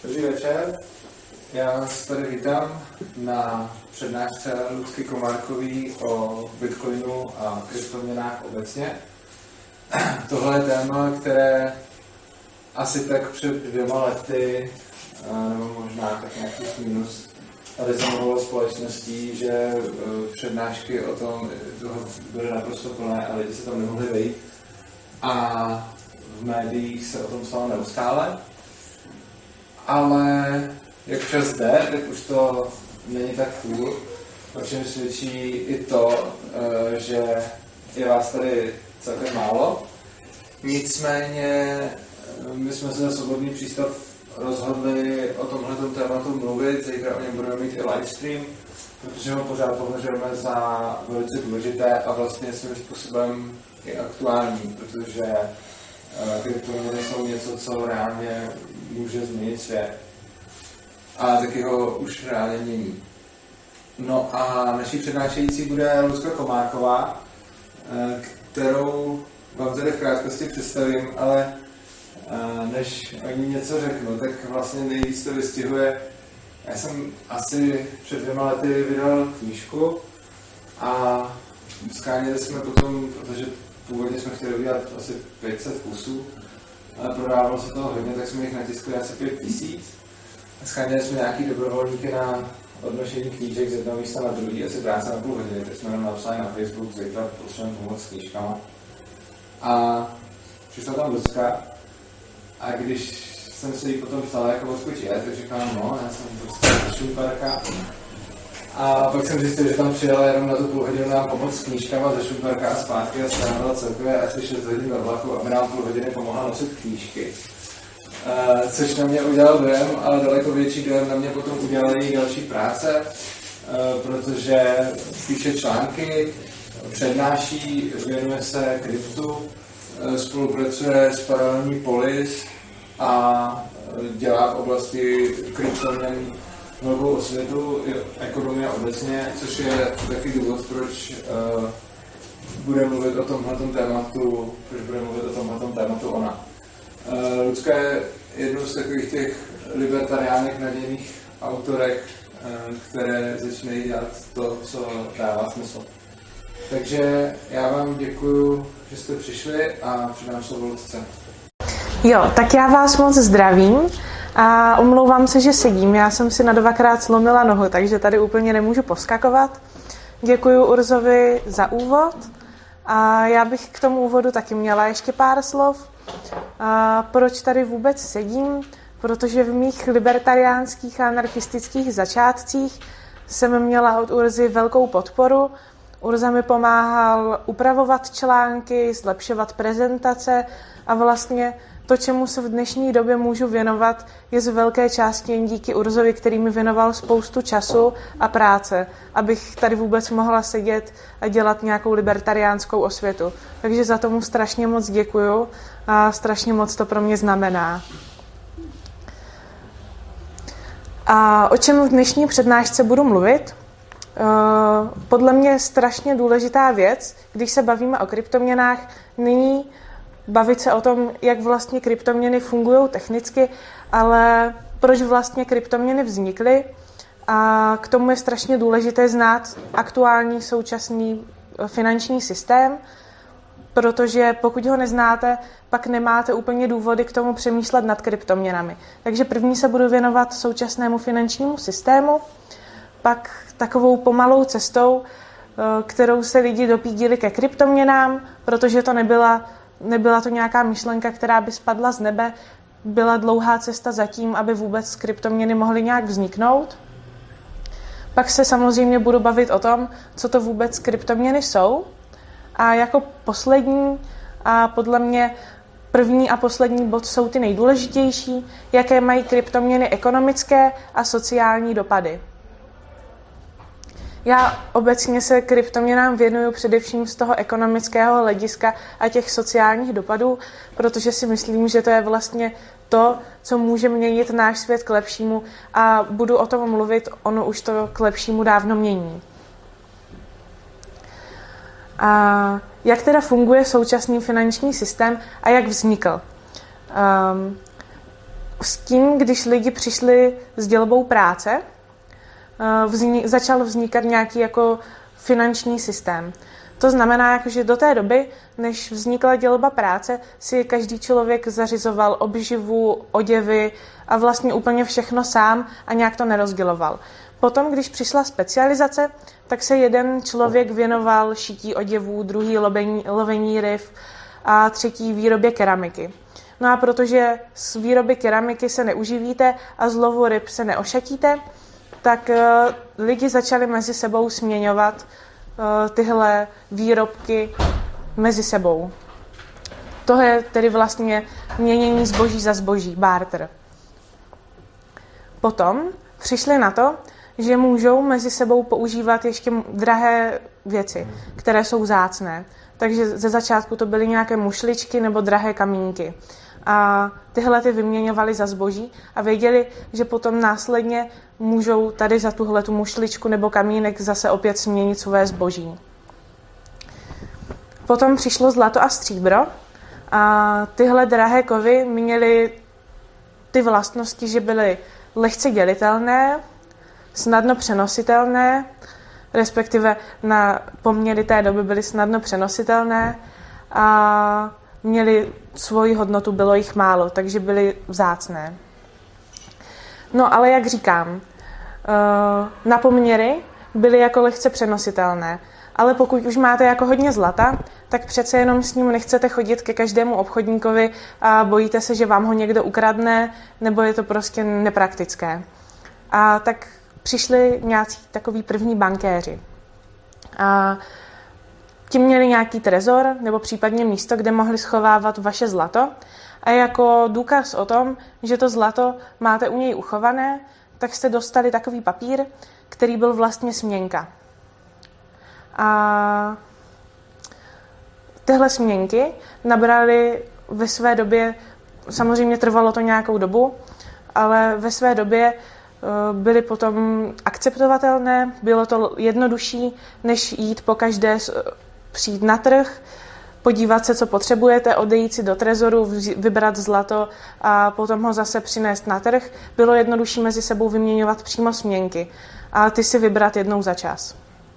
Dobrý večer, já vás tady vítám na přednášce Lucky Komárkový o Bitcoinu a kryptoměnách obecně. Tohle je téma, které asi tak před 2 lety, nebo možná tak nějaký minus, rezonovalo společností, že přednášky o tom byly naprosto plné a lidi se tam nemohli vejít. A v médiích se o tom psalo neustále. Ale jak čas jde, tak už to není tak cool, o čem svědčí i to, že je vás tady celkem málo. Nicméně my jsme se za Svobodný přístav rozhodli o tomhletom tématu mluvit, zítra o něm budeme mít i livestream, protože ho pořád považujeme za velice důležité a vlastně svým způsobem i aktuální, protože kryptoměny jsou něco, co reálně může změnit svět. A taky ho už reálně mění. No a naší přednášející bude Lucka Komárková, kterou vám tady v krátkosti představím, ale než o ní něco řeknu, tak vlastně nejvíc to vystihuje. Já jsem asi před 2 lety vydal knížku a sháněli jsme potom, protože původně jsme chtěli udělat asi 500 kusů, ale prodávalo se toho hodně, tak jsme jich natiskli asi 5000. Scháněli jsme nějaký dobrovolníky na odnošení knížek z jednoho místa na druhý, asi práce na půl hodiny, tak jsme nám napsali na Facebook, zítra potřebujeme pomoct s knížkama. A přišla tam Lucka a když jsem se jí potom ptal, jako odkud je, tak říkala, no, já jsem prostě z Šumperka. A pak jsem zjistil, že tam přijela jenom na tu půl hodinu nám pomoct s knížkama ze Šumperka a zpátky a strávila celkově asi 6 hodin na vlaku, aby nám půl hodiny pomohla nosit knížky. Což na mě udělal dojem, ale daleko větší dojem na mě potom udělaly její další práce, protože píše články, přednáší, věnuje se kryptu, spolupracuje s Paralelní Polis a dělá v oblasti kryptoměn velkou osvětu, ekonomie obecně, což je taky důvod, proč bude mluvit o tomhletom tématu, ona. Lucka je jednou z takových těch libertariánek nadějných autorek, které začínají dělat to, co dává smysl. Takže já vám děkuju, že jste přišli a předám slovo Lucce. Jo, tak já vás moc zdravím a omlouvám se, že sedím. Já jsem si na 2krát slomila nohu, takže tady úplně nemůžu poskakovat. Děkuju Urzovi za úvod a já bych k tomu úvodu taky měla ještě pár slov. A proč tady vůbec sedím? Protože v mých libertariánských a anarchistických začátcích jsem měla od Urzy velkou podporu. Urza mi pomáhal upravovat články, zlepšovat prezentace a vlastně to, čemu se v dnešní době můžu věnovat, je z velké části jen díky Urzovi, který mi věnoval spoustu času a práce, abych tady vůbec mohla sedět a dělat nějakou libertariánskou osvětu. Takže za tomu strašně moc děkuju a strašně moc to pro mě znamená. A o čem v dnešní přednášce budu mluvit? Podle mě strašně důležitá věc, když se bavíme o kryptoměnách, není bavit se o tom, jak vlastně kryptoměny fungují technicky, ale proč vlastně kryptoměny vznikly. A k tomu je strašně důležité znát aktuální současný finanční systém, protože pokud ho neznáte, pak nemáte úplně důvody k tomu přemýšlet nad kryptoměnami. Takže první se budu věnovat současnému finančnímu systému, pak takovou pomalou cestou, kterou se lidi dopídili ke kryptoměnám, protože to nebyla to nějaká myšlenka, která by spadla z nebe, byla dlouhá cesta zatím, aby vůbec kryptoměny mohly nějak vzniknout. Pak se samozřejmě budu bavit o tom, co to vůbec kryptoměny jsou. A jako poslední a podle mě první a poslední bod jsou ty nejdůležitější, jaké mají kryptoměny ekonomické a sociální dopady. Já obecně se kryptoměnám věnuju především z toho ekonomického hlediska a těch sociálních dopadů, protože si myslím, že to je vlastně to, co může měnit náš svět k lepšímu a budu o tom mluvit, ono už to k lepšímu dávno mění. A jak teda funguje současný finanční systém a jak vznikl? s tím, když lidi přišli s dělbou práce, začal vznikat nějaký jako finanční systém. To znamená, že do té doby, než vznikla dělba práce, si každý člověk zařizoval obživu, oděvy a vlastně úplně všechno sám a nějak to nerozděloval. Potom, když přišla specializace, tak se jeden člověk věnoval šití oděvů, druhý lovení ryb a třetí výrobě keramiky. No a protože z výroby keramiky se neuživíte a z lovu ryb se neošatíte, tak lidi začali mezi sebou směňovat tyhle výrobky mezi sebou. To je tedy vlastně měnění zboží za zboží, barter. Potom přišli na to, že můžou mezi sebou používat ještě drahé věci, které jsou vzácné. Takže ze začátku to byly nějaké mušličky nebo drahé kamínky. A tyhle ty vyměňovali za zboží a věděli, že potom následně můžou tady za tuhletu mušličku nebo kamínek zase opět směnit své zboží. Potom přišlo zlato a stříbro a tyhle drahé kovy měly ty vlastnosti, že byly lehce dělitelné, snadno přenositelné, respektive na poměry té doby byly snadno přenositelné a měly svoji hodnotu, bylo jich málo, takže byly vzácné. No ale jak říkám, na poměry byly jako lehce přenositelné, ale pokud už máte jako hodně zlata, tak přece jenom s ním nechcete chodit ke každému obchodníkovi a bojíte se, že vám ho někdo ukradne, nebo je to prostě nepraktické. A tak přišli nějací takový první bankéři. A ti měli nějaký trezor nebo případně místo, kde mohli schovávat vaše zlato. A jako důkaz o tom, že to zlato máte u něj uchované, tak jste dostali takový papír, který byl vlastně směnka. A tyhle směnky nabrali ve své době, samozřejmě trvalo to nějakou dobu, ale ve své době byly potom akceptovatelné, bylo to jednodušší, než jít pokaždé přijít na trh, podívat se, co potřebujete, odejít si do trezoru, vybrat zlato a potom ho zase přinést na trh. Bylo jednodušší mezi sebou vyměňovat přímo směnky a ty si vybrat jednou za čas.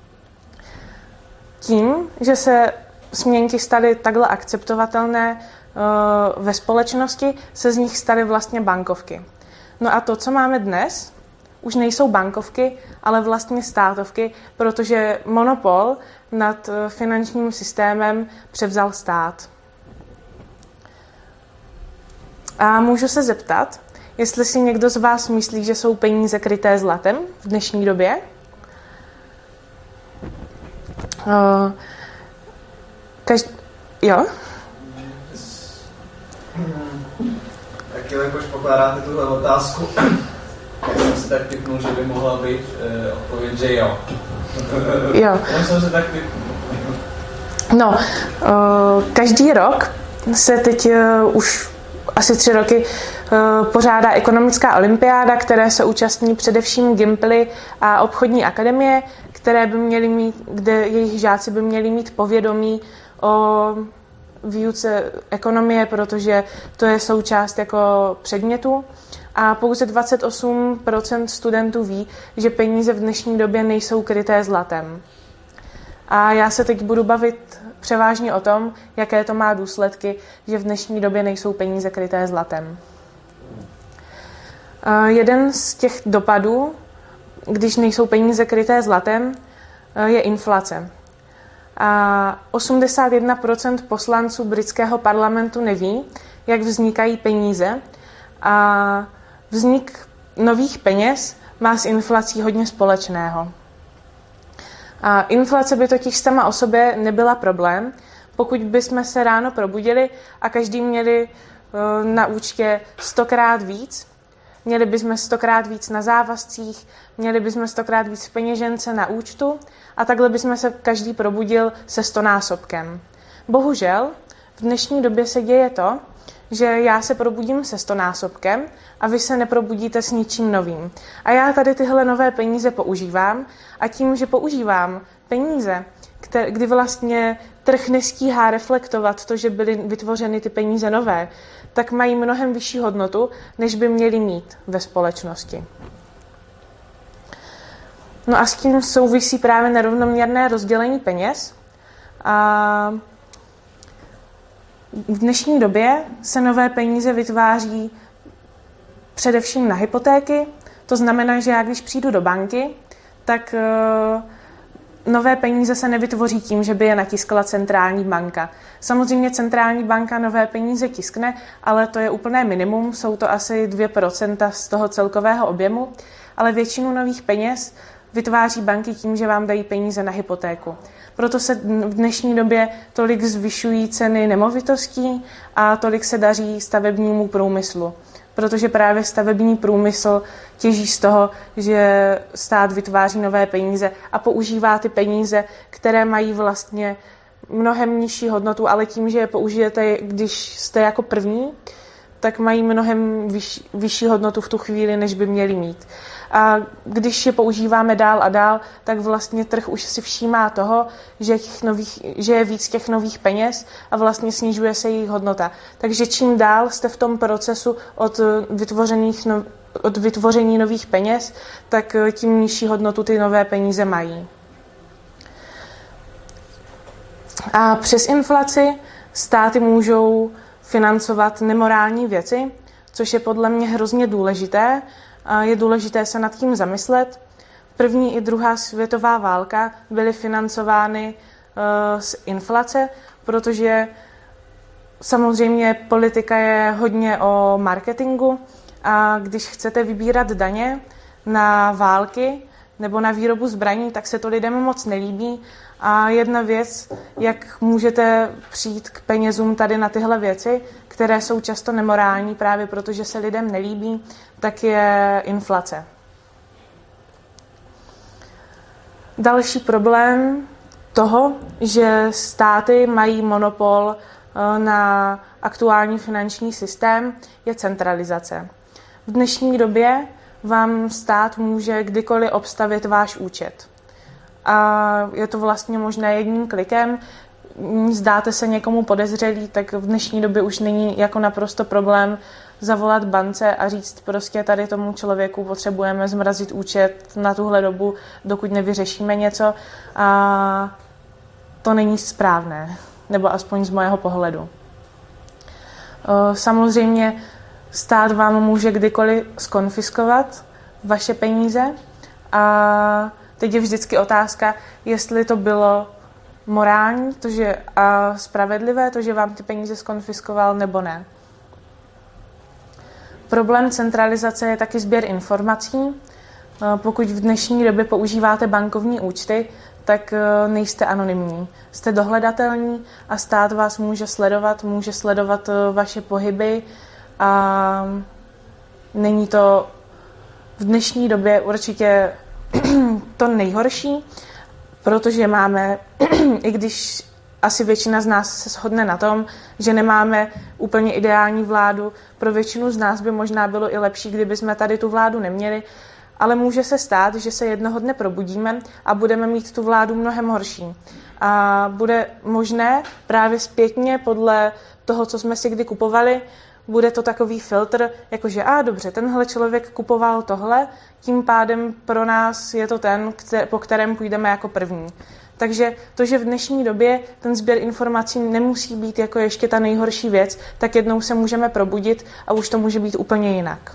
Tím, že se směnky staly takhle akceptovatelné ve společnosti, se z nich staly vlastně bankovky. No a to, co máme dnes, už nejsou bankovky, ale vlastně státovky, protože monopol nad finančním systémem převzal stát. A můžu se zeptat, jestli si někdo z vás myslí, že jsou peníze kryté zlatem v dnešní době? Jo? Tak jelikož pokládáte tuhle otázku, tak jsem si tak tipnul, že by mohla být odpověď, že jo. Jo. Já jsem se tak tipnul. No, každý rok se teď už asi 3 roky pořádá ekonomická olympiáda, které se účastní především Gimply a obchodní akademie, které by měly mít, kde jejich žáci by měli mít povědomí o výuce ekonomie, protože to je součást jako předmětu. A pouze 28% studentů ví, že peníze v dnešní době nejsou kryté zlatem. A já se teď budu bavit převážně o tom, jaké to má důsledky, že v dnešní době nejsou peníze kryté zlatem. Jeden z těch dopadů, když nejsou peníze kryté zlatem, je inflace. A 81% poslanců britského parlamentu neví, jak vznikají peníze a vznik nových peněz má s inflací hodně společného. A inflace by totiž sama o sobě nebyla problém, pokud bychom se ráno probudili a každý měli na účtě 100krát víc, měli bychom 100krát víc na závazcích, měli bychom 100krát víc v peněžence na účtu a takhle bychom se každý probudil se 100násobkem. Bohužel v dnešní době se děje to, že já se probudím se 100násobkem a vy se neprobudíte s ničím novým. A já tady tyhle nové peníze používám a tím, že používám peníze, kdy vlastně trh nestíhá reflektovat to, že byly vytvořeny ty peníze nové, tak mají mnohem vyšší hodnotu, než by měly mít ve společnosti. No a s tím souvisí právě nerovnoměrné rozdělení peněz. A v dnešní době se nové peníze vytváří především na hypotéky. To znamená, že já když přijdu do banky, tak nové peníze se nevytvoří tím, že by je natiskla centrální banka. Samozřejmě centrální banka nové peníze tiskne, ale to je úplné minimum, jsou to asi 2% z toho celkového objemu, ale většinu nových peněz vytváří banky tím, že vám dají peníze na hypotéku. Proto se v dnešní době tolik zvyšují ceny nemovitostí a tolik se daří stavebnímu průmyslu. Protože právě stavební průmysl těží z toho, že stát vytváří nové peníze a používá ty peníze, které mají vlastně mnohem nižší hodnotu, ale tím, že je použijete, když jste jako první, tak mají mnohem vyšší hodnotu v tu chvíli, než by měli mít. A když je používáme dál a dál, tak vlastně trh už si všímá toho, že je víc těch nových peněz a vlastně snižuje se jejich hodnota. Takže čím dál jste v tom procesu od vytvoření nových peněz, tak tím nižší hodnotu ty nové peníze mají. A přes inflaci státy můžou financovat nemorální věci, což je podle mě hrozně důležité. A je důležité se nad tím zamyslet. První i druhá světová válka byly financovány z inflace, protože samozřejmě politika je hodně o marketingu a když chcete vybírat daně na války nebo na výrobu zbraní, tak se to lidem moc nelíbí. A jedna věc, jak můžete přijít k penězům tady na tyhle věci, které jsou často nemorální právě protože se lidem nelíbí, tak je inflace. Další problém toho, že státy mají monopol na aktuální finanční systém, je centralizace. V dnešní době vám stát může kdykoliv obstavit váš účet. A je to vlastně možné jedním klikem. Zdáte se někomu podezřelý, tak v dnešní době už není jako naprosto problém zavolat bance a říct prostě tady tomu člověku potřebujeme zmrazit účet na tuhle dobu, dokud nevyřešíme něco. A to není správné, nebo aspoň z mého pohledu. Samozřejmě stát vám může kdykoliv zkonfiskovat vaše peníze a teď je vždycky otázka, jestli to bylo morální a spravedlivé, to, že vám ty peníze zkonfiskoval, nebo ne. Problém centralizace je taky sběr informací. Pokud v dnešní době používáte bankovní účty, tak nejste anonymní. Jste dohledatelní a stát vás může sledovat vaše pohyby a není to v dnešní době určitě to nejhorší, protože máme, i když asi většina z nás se shodne na tom, že nemáme úplně ideální vládu, pro většinu z nás by možná bylo i lepší, kdyby jsme tady tu vládu neměli, ale může se stát, že se jednoho dne probudíme a budeme mít tu vládu mnohem horší. A bude možné právě zpětně podle toho, co jsme si kdy kupovali, bude to takový filtr, jakože dobře, tenhle člověk kupoval tohle, tím pádem pro nás je to ten, po kterém půjdeme jako první. Takže to, že v dnešní době ten sběr informací nemusí být jako ještě ta nejhorší věc, tak jednou se můžeme probudit a už to může být úplně jinak.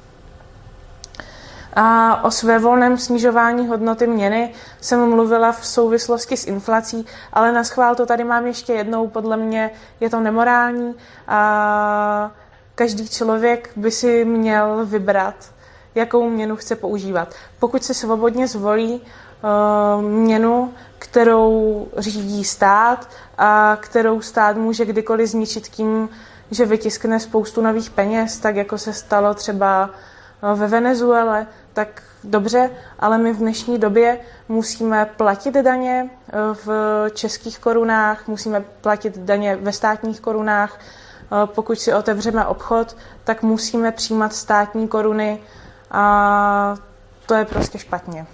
A o svévolném snižování hodnoty měny jsem mluvila v souvislosti s inflací, ale naschvál to tady mám ještě jednou, podle mě je to nemorální a každý člověk by si měl vybrat, jakou měnu chce používat. Pokud se svobodně zvolí měnu, kterou řídí stát a kterou stát může kdykoliv zničit tím, že vytiskne spoustu nových peněz, tak jako se stalo třeba ve Venezuele, tak dobře, ale my v dnešní době musíme platit daně v českých korunách, musíme platit daně ve státních korunách, Pokud si otevřeme obchod, tak musíme přijímat státní koruny a to je prostě špatně.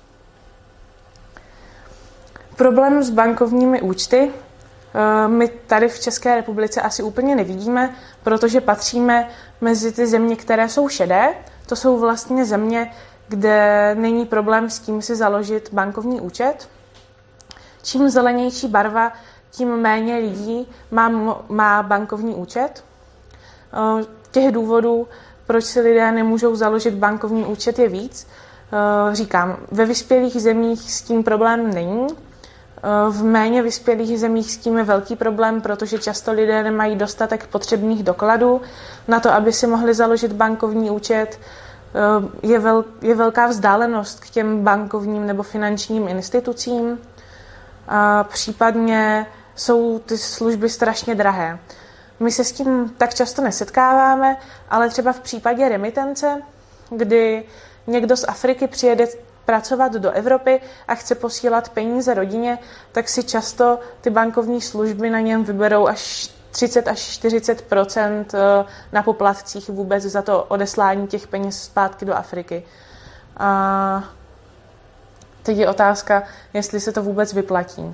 Problém s bankovními účty my tady v České republice asi úplně nevidíme, protože patříme mezi ty země, které jsou šedé. To jsou vlastně země, kde není problém s tím si založit bankovní účet. Čím zelenější barva, tím méně lidí má bankovní účet. Těch důvodů, proč si lidé nemůžou založit bankovní účet, je víc. Říkám, ve vyspělých zemích s tím problém není. V méně vyspělých zemích s tím je velký problém, protože často lidé nemají dostatek potřebných dokladů na to, aby si mohli založit bankovní účet. Je velká vzdálenost k těm bankovním nebo finančním institucím. A případně jsou ty služby strašně drahé. My se s tím tak často nesetkáváme, ale třeba v případě remitence, kdy někdo z Afriky přijede pracovat do Evropy a chce posílat peníze rodině, tak si často ty bankovní služby na něm vyberou až 30 až 40% na poplatcích vůbec za to odeslání těch peněz zpátky do Afriky. A teď je otázka, jestli se to vůbec vyplatí.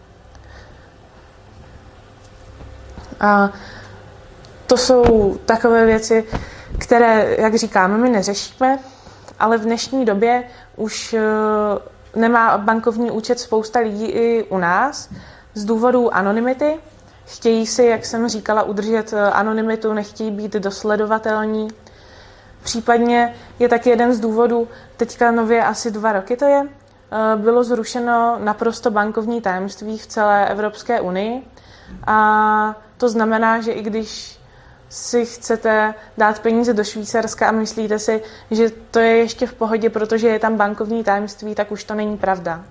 A to jsou takové věci, které, jak říkáme, my neřešíme, ale v dnešní době už nemá bankovní účet spousta lidí i u nás z důvodu anonymity. Chtějí si, jak jsem říkala, udržet anonymitu, nechtějí být dosledovatelní. Případně je taky jeden z důvodů, teďka nově asi 2 roky to je, bylo zrušeno naprosto bankovní tajemství v celé Evropské unii. A to znamená, že i když si chcete dát peníze do Švýcarska a myslíte si, že to je ještě v pohodě, protože je tam bankovní tajemství, tak už to není pravda.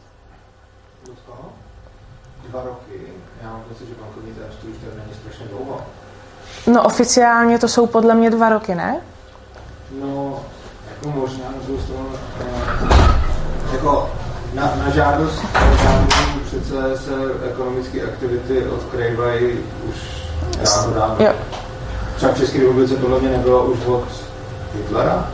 2 roky. Já mám pocit, že bankovní tajemství už to není strašně dlouho. No oficiálně to jsou podle mě 2 roky, ne? No, jako možná, na druhou stranu, jako na žádost přece se ekonomické aktivity odkrývají už dávno. Jo. Třeba v České republice podle mě nebylo už od Hitlera?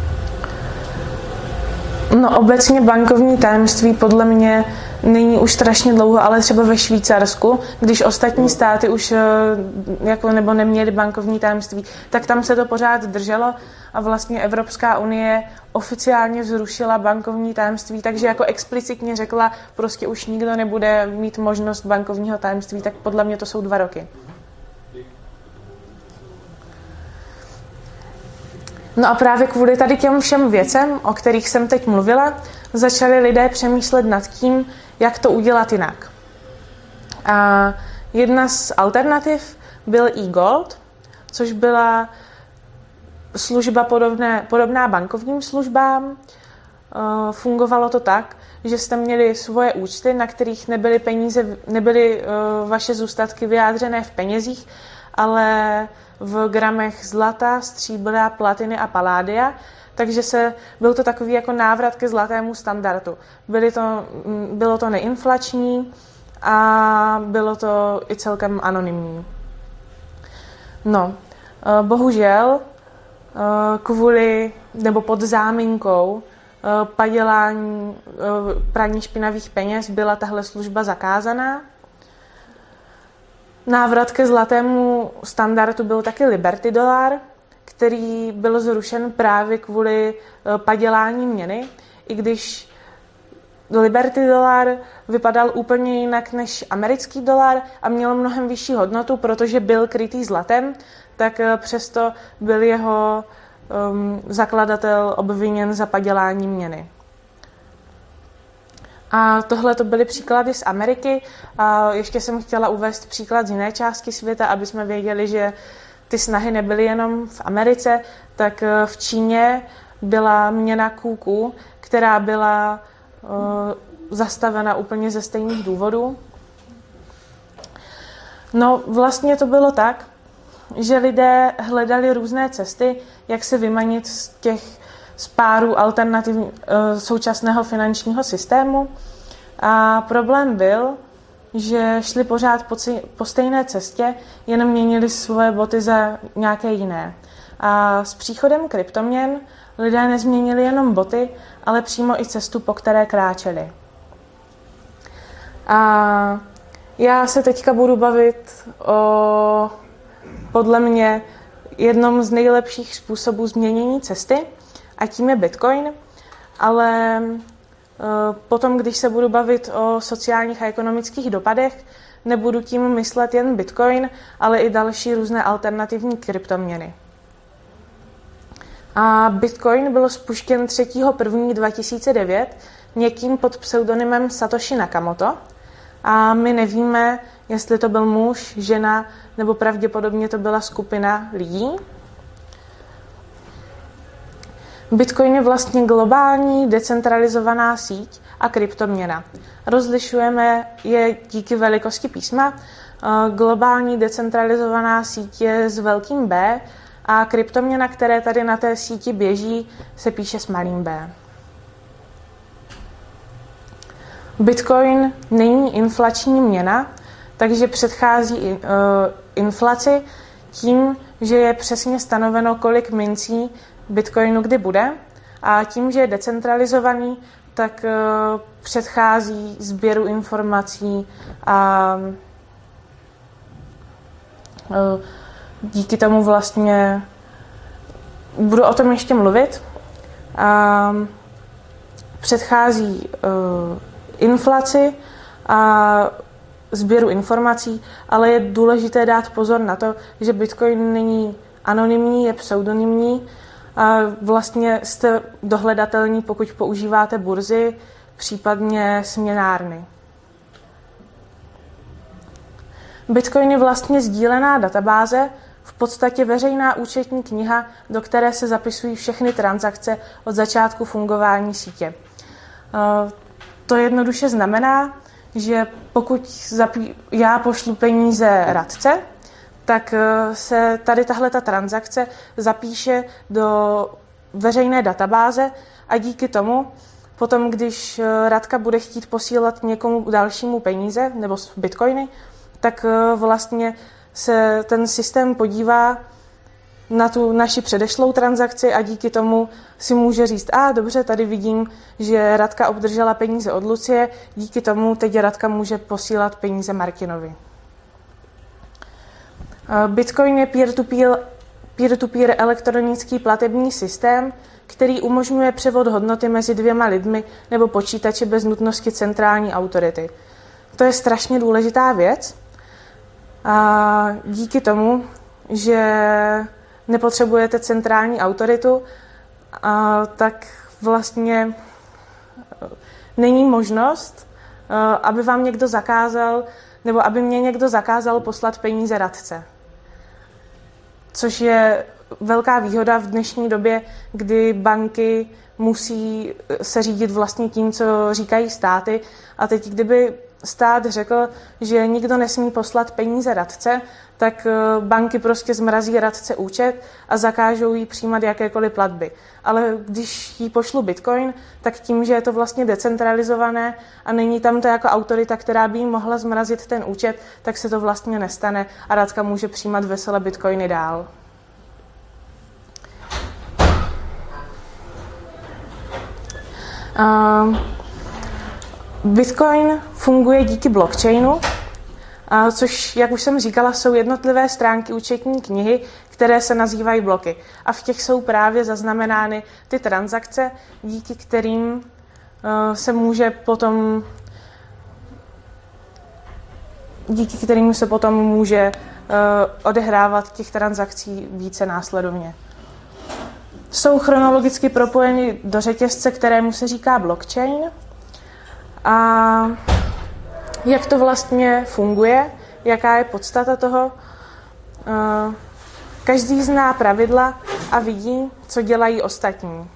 No obecně bankovní tajemství podle mě není už strašně dlouho, ale třeba ve Švýcarsku, když ostatní státy už jako nebo neměly bankovní tajemství, tak tam se to pořád drželo a vlastně Evropská unie oficiálně zrušila bankovní tajemství, takže jako explicitně řekla, prostě už nikdo nebude mít možnost bankovního tajemství, tak podle mě to jsou 2 roky. No a právě kvůli tady těm všem věcem, o kterých jsem teď mluvila, začali lidé přemýšlet nad tím, jak to udělat jinak. A jedna z alternativ byl e-gold, což byla služba podobná bankovním službám. Fungovalo to tak, že jste měli svoje účty, na kterých nebyly vaše zůstatky vyjádřené v penězích, ale v gramech zlata, stříbra, platiny a paládia, takže byl to takový jako návrat ke zlatému standardu. Bylo to neinflační a bylo to i celkem anonymní. No, bohužel pod záminkou praní špinavých peněz byla tahle služba zakázaná. Návrat ke zlatému standardu byl taky Liberty dolar, který byl zrušen právě kvůli padělání měny, i když Liberty dolar vypadal úplně jinak než americký dolar a měl mnohem vyšší hodnotu, protože byl krytý zlatem, tak přesto byl jeho zakladatel obviněn za padělání měny. A tohle to byly příklady z Ameriky. A ještě jsem chtěla uvést příklad z jiné části světa, aby jsme věděli, že ty snahy nebyly jenom v Americe, tak v Číně byla měna QQ, která byla zastavena úplně ze stejných důvodů. No vlastně to bylo tak, že lidé hledali různé cesty, jak se vymanit z páru alternativ současného finančního systému. A problém byl, že šli pořád po stejné cestě, jen měnili svoje boty za nějaké jiné. A s příchodem kryptoměn lidé nezměnili jenom boty, ale přímo i cestu, po které kráčeli. A já se teďka budu bavit o, podle mě, jednom z nejlepších způsobů změnění cesty, a tím je Bitcoin, ale potom, když se budu bavit o sociálních a ekonomických dopadech, nebudu tím myslet jen Bitcoin, ale i další různé alternativní kryptoměny. A Bitcoin byl spuštěn 3.1.2009 někým pod pseudonymem Satoshi Nakamoto a my nevíme, jestli to byl muž, žena nebo pravděpodobně to byla skupina lidí. Bitcoin je vlastně globální decentralizovaná síť a kryptoměna. Rozlišujeme je díky velikosti písma. Globální decentralizovaná síť je s velkým B a kryptoměna, které tady na té síti běží, se píše s malým b. Bitcoin není inflační měna, takže předchází inflaci tím, že je přesně stanoveno, kolik mincí Bitcoinu kdy bude, a tím, že je decentralizovaný, tak předchází sběru informací a díky tomu vlastně budu o tom ještě mluvit. Předchází inflaci a sběru informací, ale je důležité dát pozor na to, že Bitcoin není anonymní, je pseudonymní a vlastně jste dohledatelní, pokud používáte burzy, případně směnárny. Bitcoin je vlastně sdílená databáze, v podstatě veřejná účetní kniha, do které se zapisují všechny transakce od začátku fungování sítě. To jednoduše znamená, že pokud já pošlu peníze Radce, tak se tady tahleta transakce zapíše do veřejné databáze a díky tomu potom, když Radka bude chtít posílat někomu dalšímu peníze nebo bitcoiny, tak vlastně se ten systém podívá na tu naši předešlou transakci a díky tomu si může říct, dobře, tady vidím, že Radka obdržela peníze od Lucie, díky tomu teď Radka může posílat peníze Martinovi. Bitcoin je peer-to-peer elektronický platební systém, který umožňuje převod hodnoty mezi dvěma lidmi nebo počítači bez nutnosti centrální autority. To je strašně důležitá věc a díky tomu, že nepotřebujete centrální autoritu, tak vlastně není možnost, aby vám někdo zakázal, nebo aby mě někdo zakázal poslat peníze Radce. Což je velká výhoda v dnešní době, kdy banky musí se řídit vlastně tím, co říkají státy. A teď, kdyby stát řekl, že nikdo nesmí poslat peníze Radce, tak banky prostě zmrazí Radce účet a zakážou jí přijímat jakékoliv platby. Ale když jí pošlu Bitcoin, tak tím, že je to vlastně decentralizované a není tam to jako autorita, která by jí mohla zmrazit ten účet, tak se to vlastně nestane a Radka může přijímat veselé Bitcoiny dál. Bitcoin funguje díky blockchainu, což, jak už jsem říkala, jsou jednotlivé stránky účetní knihy, které se nazývají bloky. A v těch jsou právě zaznamenány ty transakce, díky kterým se potom může odehrávat těch transakcí více následovně. Jsou chronologicky propojeny do řetězce, kterému se říká blockchain. A jak to vlastně funguje, jaká je podstata toho? Každý zná pravidla a vidí, co dělají ostatní.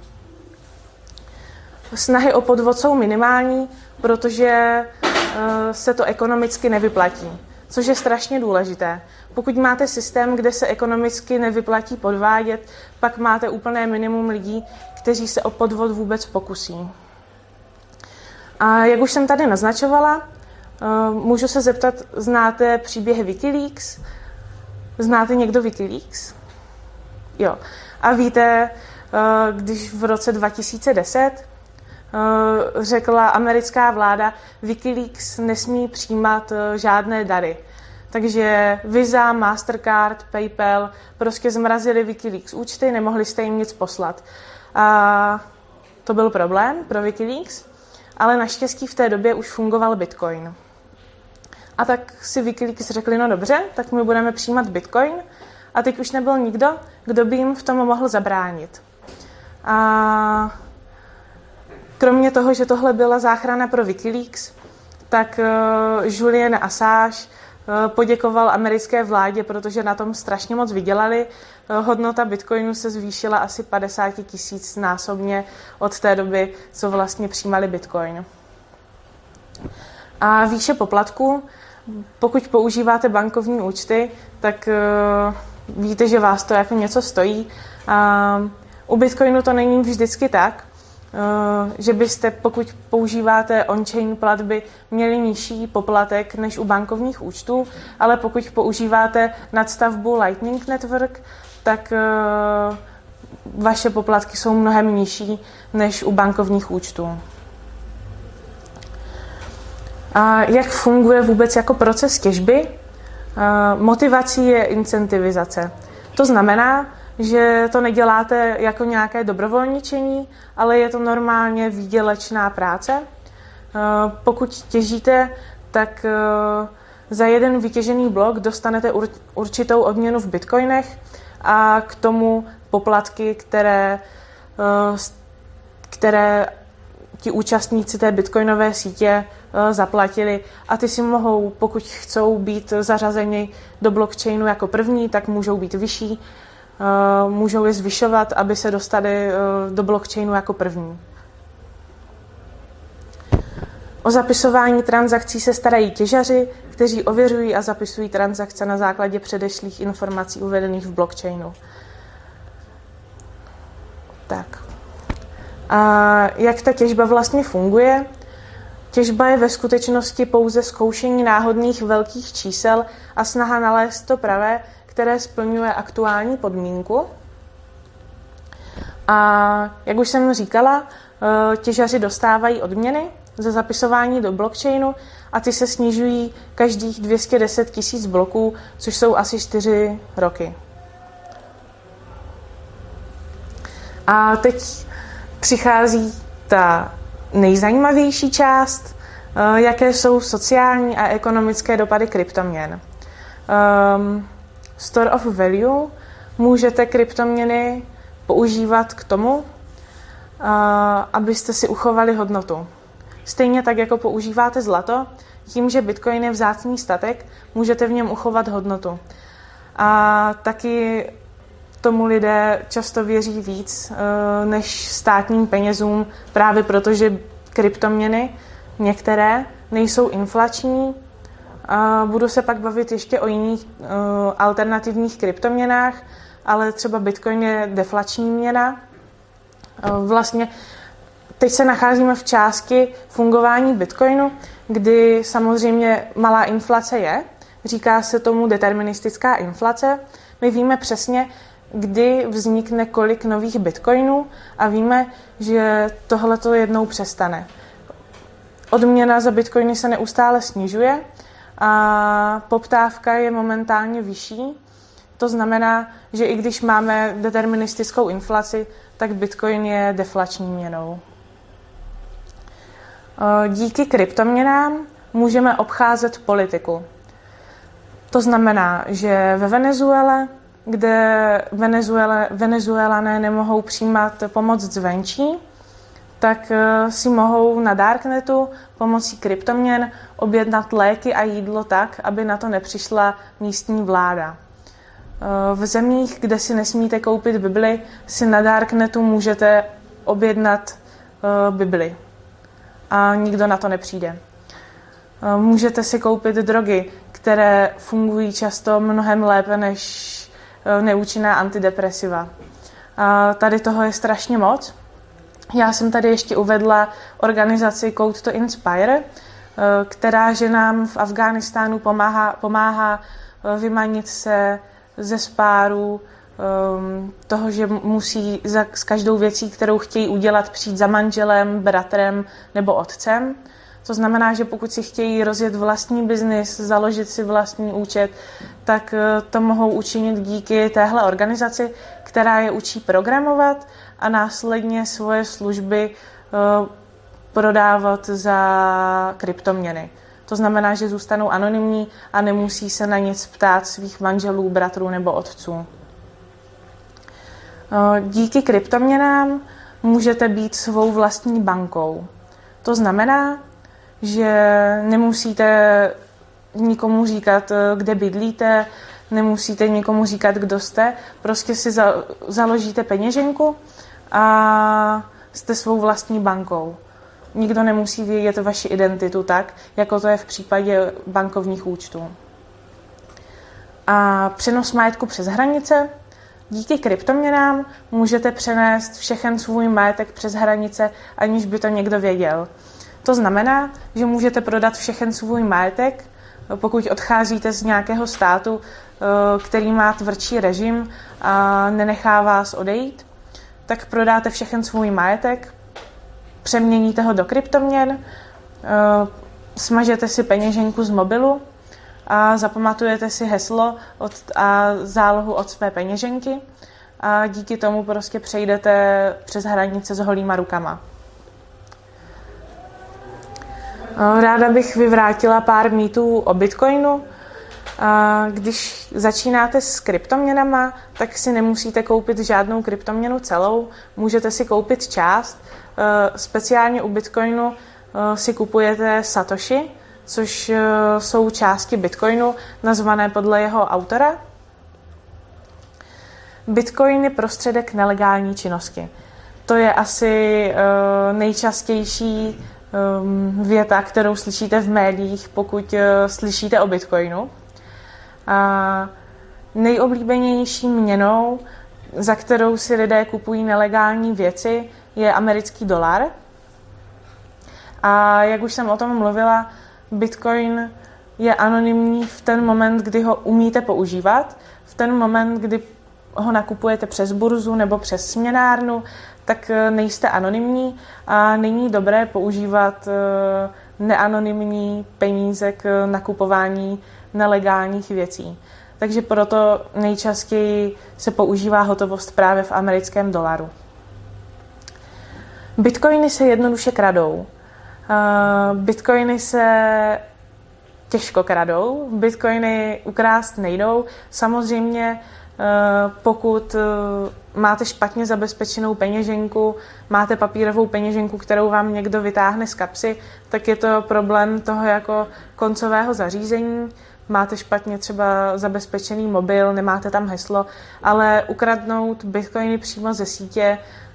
Snahy o podvod jsou minimální, protože se to ekonomicky nevyplatí, což je strašně důležité. Pokud máte systém, kde se ekonomicky nevyplatí podvádět, pak máte úplné minimum lidí, kteří se o podvod vůbec pokusí. A jak už jsem tady naznačovala, Můžu se zeptat, znáte příběhy Wikileaks? Znáte někdo Wikileaks? Jo. A víte, když v roce 2010 řekla americká vláda, Wikileaks nesmí přijímat žádné dary. Takže Visa, Mastercard, PayPal prostě zmrazili Wikileaks účty, nemohli jste jim nic poslat. A to byl problém pro Wikileaks, ale naštěstí v té době už fungoval Bitcoin. A tak si Wikileaks řekli, no dobře, tak my budeme přijímat Bitcoin. A teď už nebyl nikdo, kdo by jim v tom mohl zabránit. A kromě toho, že tohle byla záchrana pro Wikileaks, tak Julian Assange poděkoval americké vládě, protože na tom strašně moc vydělali. Hodnota Bitcoinu se zvýšila asi 50 000 násobně od té doby, co vlastně přijímali Bitcoin. A výše poplatku, pokud používáte bankovní účty, tak víte, že vás to jako něco stojí. U Bitcoinu to není vždycky tak, že byste, pokud používáte on-chain platby, měli nižší poplatek než u bankovních účtů, ale pokud používáte nadstavbu Lightning Network, tak vaše poplatky jsou mnohem nižší než u bankovních účtů. A jak funguje vůbec jako proces těžby? Motivací je incentivizace. To znamená, že to neděláte jako nějaké dobrovolničení, ale je to normálně výdělečná práce. Pokud těžíte, tak za jeden vytěžený blok dostanete určitou odměnu v bitcoinech a k tomu poplatky, které ti účastníci té bitcoinové sítě zaplatili, a ty si mohou, pokud chcou být zařazeni do blockchainu jako první, tak můžou být vyšší, můžou je zvyšovat, aby se dostali do blockchainu jako první. O zapisování transakcí se starají těžaři, kteří ověřují a zapisují transakce na základě předešlých informací uvedených v blockchainu. Tak. A jak ta těžba vlastně funguje? Těžba je ve skutečnosti pouze zkoušení náhodných velkých čísel a snaha nalézt to pravé, které splňuje aktuální podmínku. A jak už jsem říkala, těžaři dostávají odměny za zapisování do blockchainu a ty se snižují každých 210 000 bloků, což jsou asi 4 roky. A teď přichází ta nejzajímavější část, jaké jsou sociální a ekonomické dopady kryptoměn. Store of value, můžete kryptoměny používat k tomu, abyste si uchovali hodnotu. Stejně tak, jako používáte zlato, tím, že Bitcoin je vzácný statek, můžete v něm uchovat hodnotu. A taky tomu lidé často věří víc než státním penězům, právě proto, že kryptoměny některé nejsou inflační. Budu se pak bavit ještě o jiných alternativních kryptoměnách, ale třeba Bitcoin je deflační měna. Vlastně teď se nacházíme v části fungování Bitcoinu, kdy samozřejmě malá inflace je. Říká se tomu deterministická inflace. My víme přesně, kdy vznikne kolik nových bitcoinů a víme, že tohleto jednou přestane. Odměna za bitcoiny se neustále snižuje a poptávka je momentálně vyšší. To znamená, že i když máme deterministickou inflaci, tak bitcoin je deflační měnou. Díky kryptoměnám můžeme obcházet politiku. To znamená, že ve Venezuele, kde Venezuelané nemohou přijímat pomoc zvenčí, tak si mohou na Darknetu pomocí kryptoměn objednat léky a jídlo tak, aby na to nepřišla místní vláda. V zemích, kde si nesmíte koupit Bibli, si na Darknetu můžete objednat Bibli a nikdo na to nepřijde. Můžete si koupit drogy, které fungují často mnohem lépe než neúčinná antidepresiva. Tady toho je strašně moc. Já jsem tady ještě uvedla organizaci Code to Inspire. která ženám v Afghánistánu pomáhá vymanit se ze spáru, toho, že musí s každou věcí, kterou chtějí udělat, přijít za manželem, bratrem nebo otcem. To znamená, že pokud si chtějí rozjet vlastní biznis, založit si vlastní účet, tak to mohou učinit díky téhle organizaci, která je učí programovat a následně svoje služby prodávat za kryptoměny. To znamená, že zůstanou anonymní a nemusí se na nic ptát svých manželů, bratrů nebo otců. Díky kryptoměnám můžete být svou vlastní bankou. To znamená, že nemusíte nikomu říkat, kde bydlíte, nemusíte nikomu říkat, kdo jste, prostě si založíte peněženku a jste svou vlastní bankou. Nikdo nemusí vědět vaši identitu tak, jako to je v případě bankovních účtů. A přenos majetku přes hranice. Díky kryptoměnám můžete přenést všechen svůj majetek přes hranice, aniž by to někdo věděl. To znamená, že můžete prodat všechen svůj majetek, pokud odcházíte z nějakého státu, který má tvrdší režim a nenechá vás odejít, tak prodáte všechen svůj majetek, přeměníte ho do kryptoměn, smažete si peněženku z mobilu a zapamatujete si heslo a zálohu od své peněženky a díky tomu prostě přejdete přes hranice s holýma rukama. Ráda bych vyvrátila pár mýtů o Bitcoinu. Když začínáte s kryptoměnama, tak si nemusíte koupit žádnou kryptoměnu celou, můžete si koupit část. Speciálně u Bitcoinu si kupujete Satoshi, což jsou části Bitcoinu nazvané podle jeho autora. Bitcoin je prostředek nelegální činnosti. To je asi nejčastější věta, kterou slyšíte v médiích, pokud slyšíte o Bitcoinu. Nejoblíbenější měnou, za kterou si lidé kupují nelegální věci, je americký dolar. A jak už jsem o tom mluvila, Bitcoin je anonymní v ten moment, kdy ho umíte používat. V ten moment, kdy ho nakupujete přes burzu nebo přes směnárnu, tak nejste anonymní a není dobré používat neanonymní peníze k nakupování nelegálních věcí. Takže proto nejčastěji se používá hotovost právě v americkém dolaru. Bitcoiny se jednoduše kradou. Bitcoiny se těžko kradou. Bitcoiny ukrást nejdou. Samozřejmě pokud máte špatně zabezpečenou peněženku, máte papírovou peněženku, kterou vám někdo vytáhne z kapsy, tak je to problém toho jako koncového zařízení. Máte špatně třeba zabezpečený mobil, nemáte tam heslo, ale ukradnout bitcoiny přímo ze sítě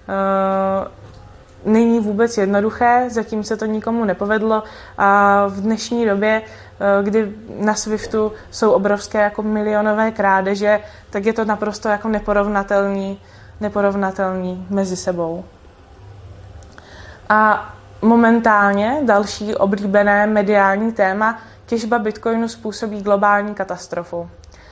není vůbec jednoduché, zatím se to nikomu nepovedlo a v dnešní době, kdy na Swiftu jsou obrovské jako milionové krádeže, tak je to naprosto jako neporovnatelný mezi sebou. A momentálně další oblíbené mediální téma, těžba bitcoinu způsobí globální katastrofu.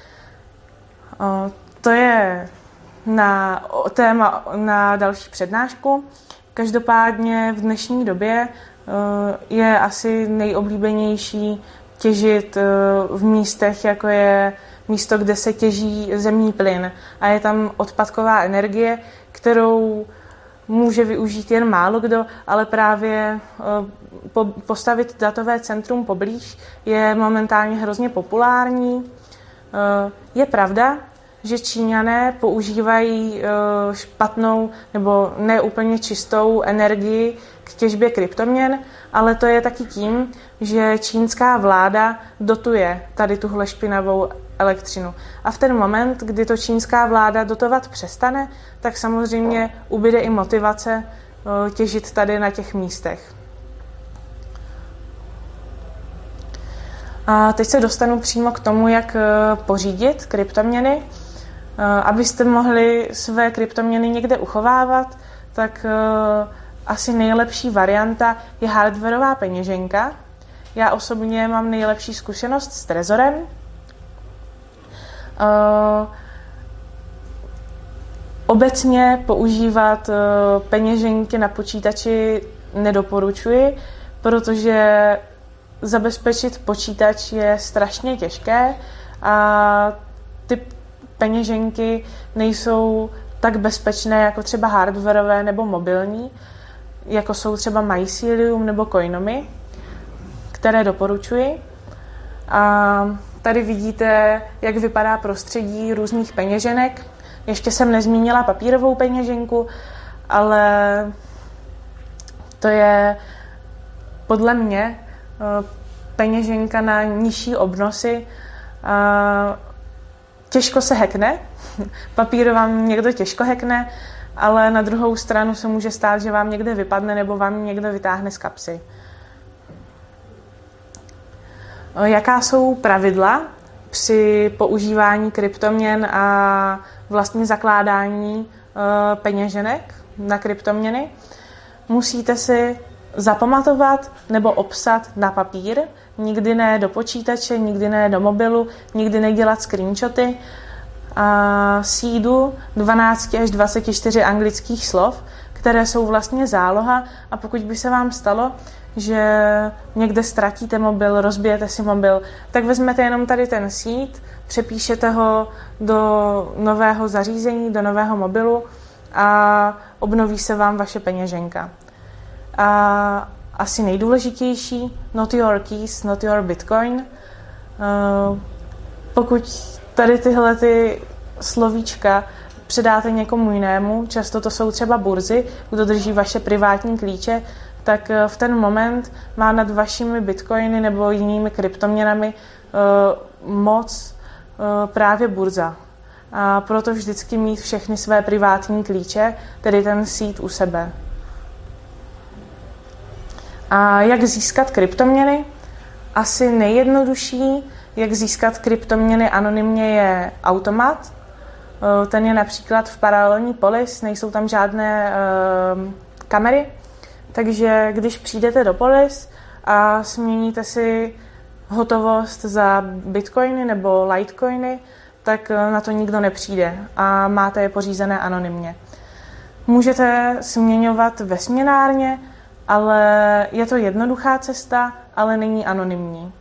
To je téma na další přednášku. Každopádně v dnešní době je asi nejoblíbenější těžit v místech, jako je místo, kde se těží zemní plyn a je tam odpadková energie, kterou může využít jen málo kdo, ale právě postavit datové centrum poblíž je momentálně hrozně populární. Je pravda, že Číňané používají špatnou nebo neúplně čistou energii k těžbě kryptoměn, ale to je taky tím, že čínská vláda dotuje tady tuhle špinavou elektřinu. A v ten moment, kdy to čínská vláda dotovat přestane, tak samozřejmě ubyde i motivace těžit tady na těch místech. A teď se dostanu přímo k tomu, jak pořídit kryptoměny. Abyste mohli své kryptoměny někde uchovávat, tak asi nejlepší varianta je hardwarová peněženka. Já osobně mám nejlepší zkušenost s Trezorem. Obecně používat peněženky na počítači nedoporučuji, protože zabezpečit počítač je strašně těžké a ty peněženky nejsou tak bezpečné jako třeba hardwareové nebo mobilní, jako jsou třeba Mycelium nebo Coinomi, které doporučuji. A tady vidíte, jak vypadá prostředí různých peněženek. Ještě jsem nezmínila papírovou peněženku, ale to je podle mě peněženka na nižší obnosy. Těžko se hackne, papír vám někdo těžko hackne, ale na druhou stranu se může stát, že vám někde vypadne nebo vám někdo vytáhne z kapsy. Jaká jsou pravidla při používání kryptoměn a vlastně zakládání peněženek na kryptoměny? Musíte si zapamatovat nebo obsat na papír, nikdy ne do počítače, nikdy ne do mobilu, nikdy nedělat screenshoty a sídu 12 až 24 anglických slov, které jsou vlastně záloha, a pokud by se vám stalo, že někde ztratíte mobil, rozbijete si mobil, tak vezmete jenom tady ten seed, přepíšete ho do nového zařízení, do nového mobilu a obnoví se vám vaše peněženka. A asi nejdůležitější, not your keys, not your bitcoin. Pokud tady tyhle ty slovíčka předáte někomu jinému, často to jsou třeba burzy, kdo drží vaše privátní klíče, tak v ten moment má nad vašimi bitcoiny nebo jinými kryptoměnami moc právě burza. A proto vždycky mít všechny své privátní klíče, tedy ten seed u sebe. A jak získat kryptoměny? Asi nejjednodušší, jak získat kryptoměny anonymně, je automat. Ten je například v paralelní polis, nejsou tam žádné kamery, takže když přijdete do polis a směníte si hotovost za bitcoiny nebo litecoiny, tak na to nikdo nepřijde a máte je pořízené anonymně. Můžete směňovat ve směnárně, ale je to jednoduchá cesta, ale není anonymní.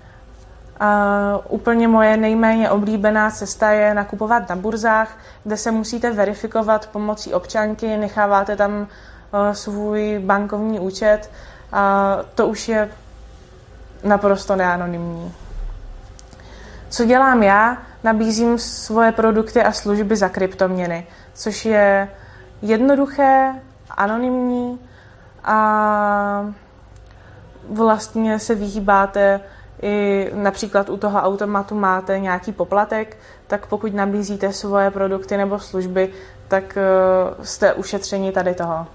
Úplně moje nejméně oblíbená cesta je nakupovat na burzách, kde se musíte verifikovat pomocí občanky, necháváte tam svůj bankovní účet a to už je naprosto neanonymní. Co dělám já? Nabízím svoje produkty a služby za kryptoměny, což je jednoduché, anonymní a vlastně se vyhýbáte i například u toho automatu máte nějaký poplatek, tak pokud nabízíte svoje produkty nebo služby, tak jste ušetřeni tady toho.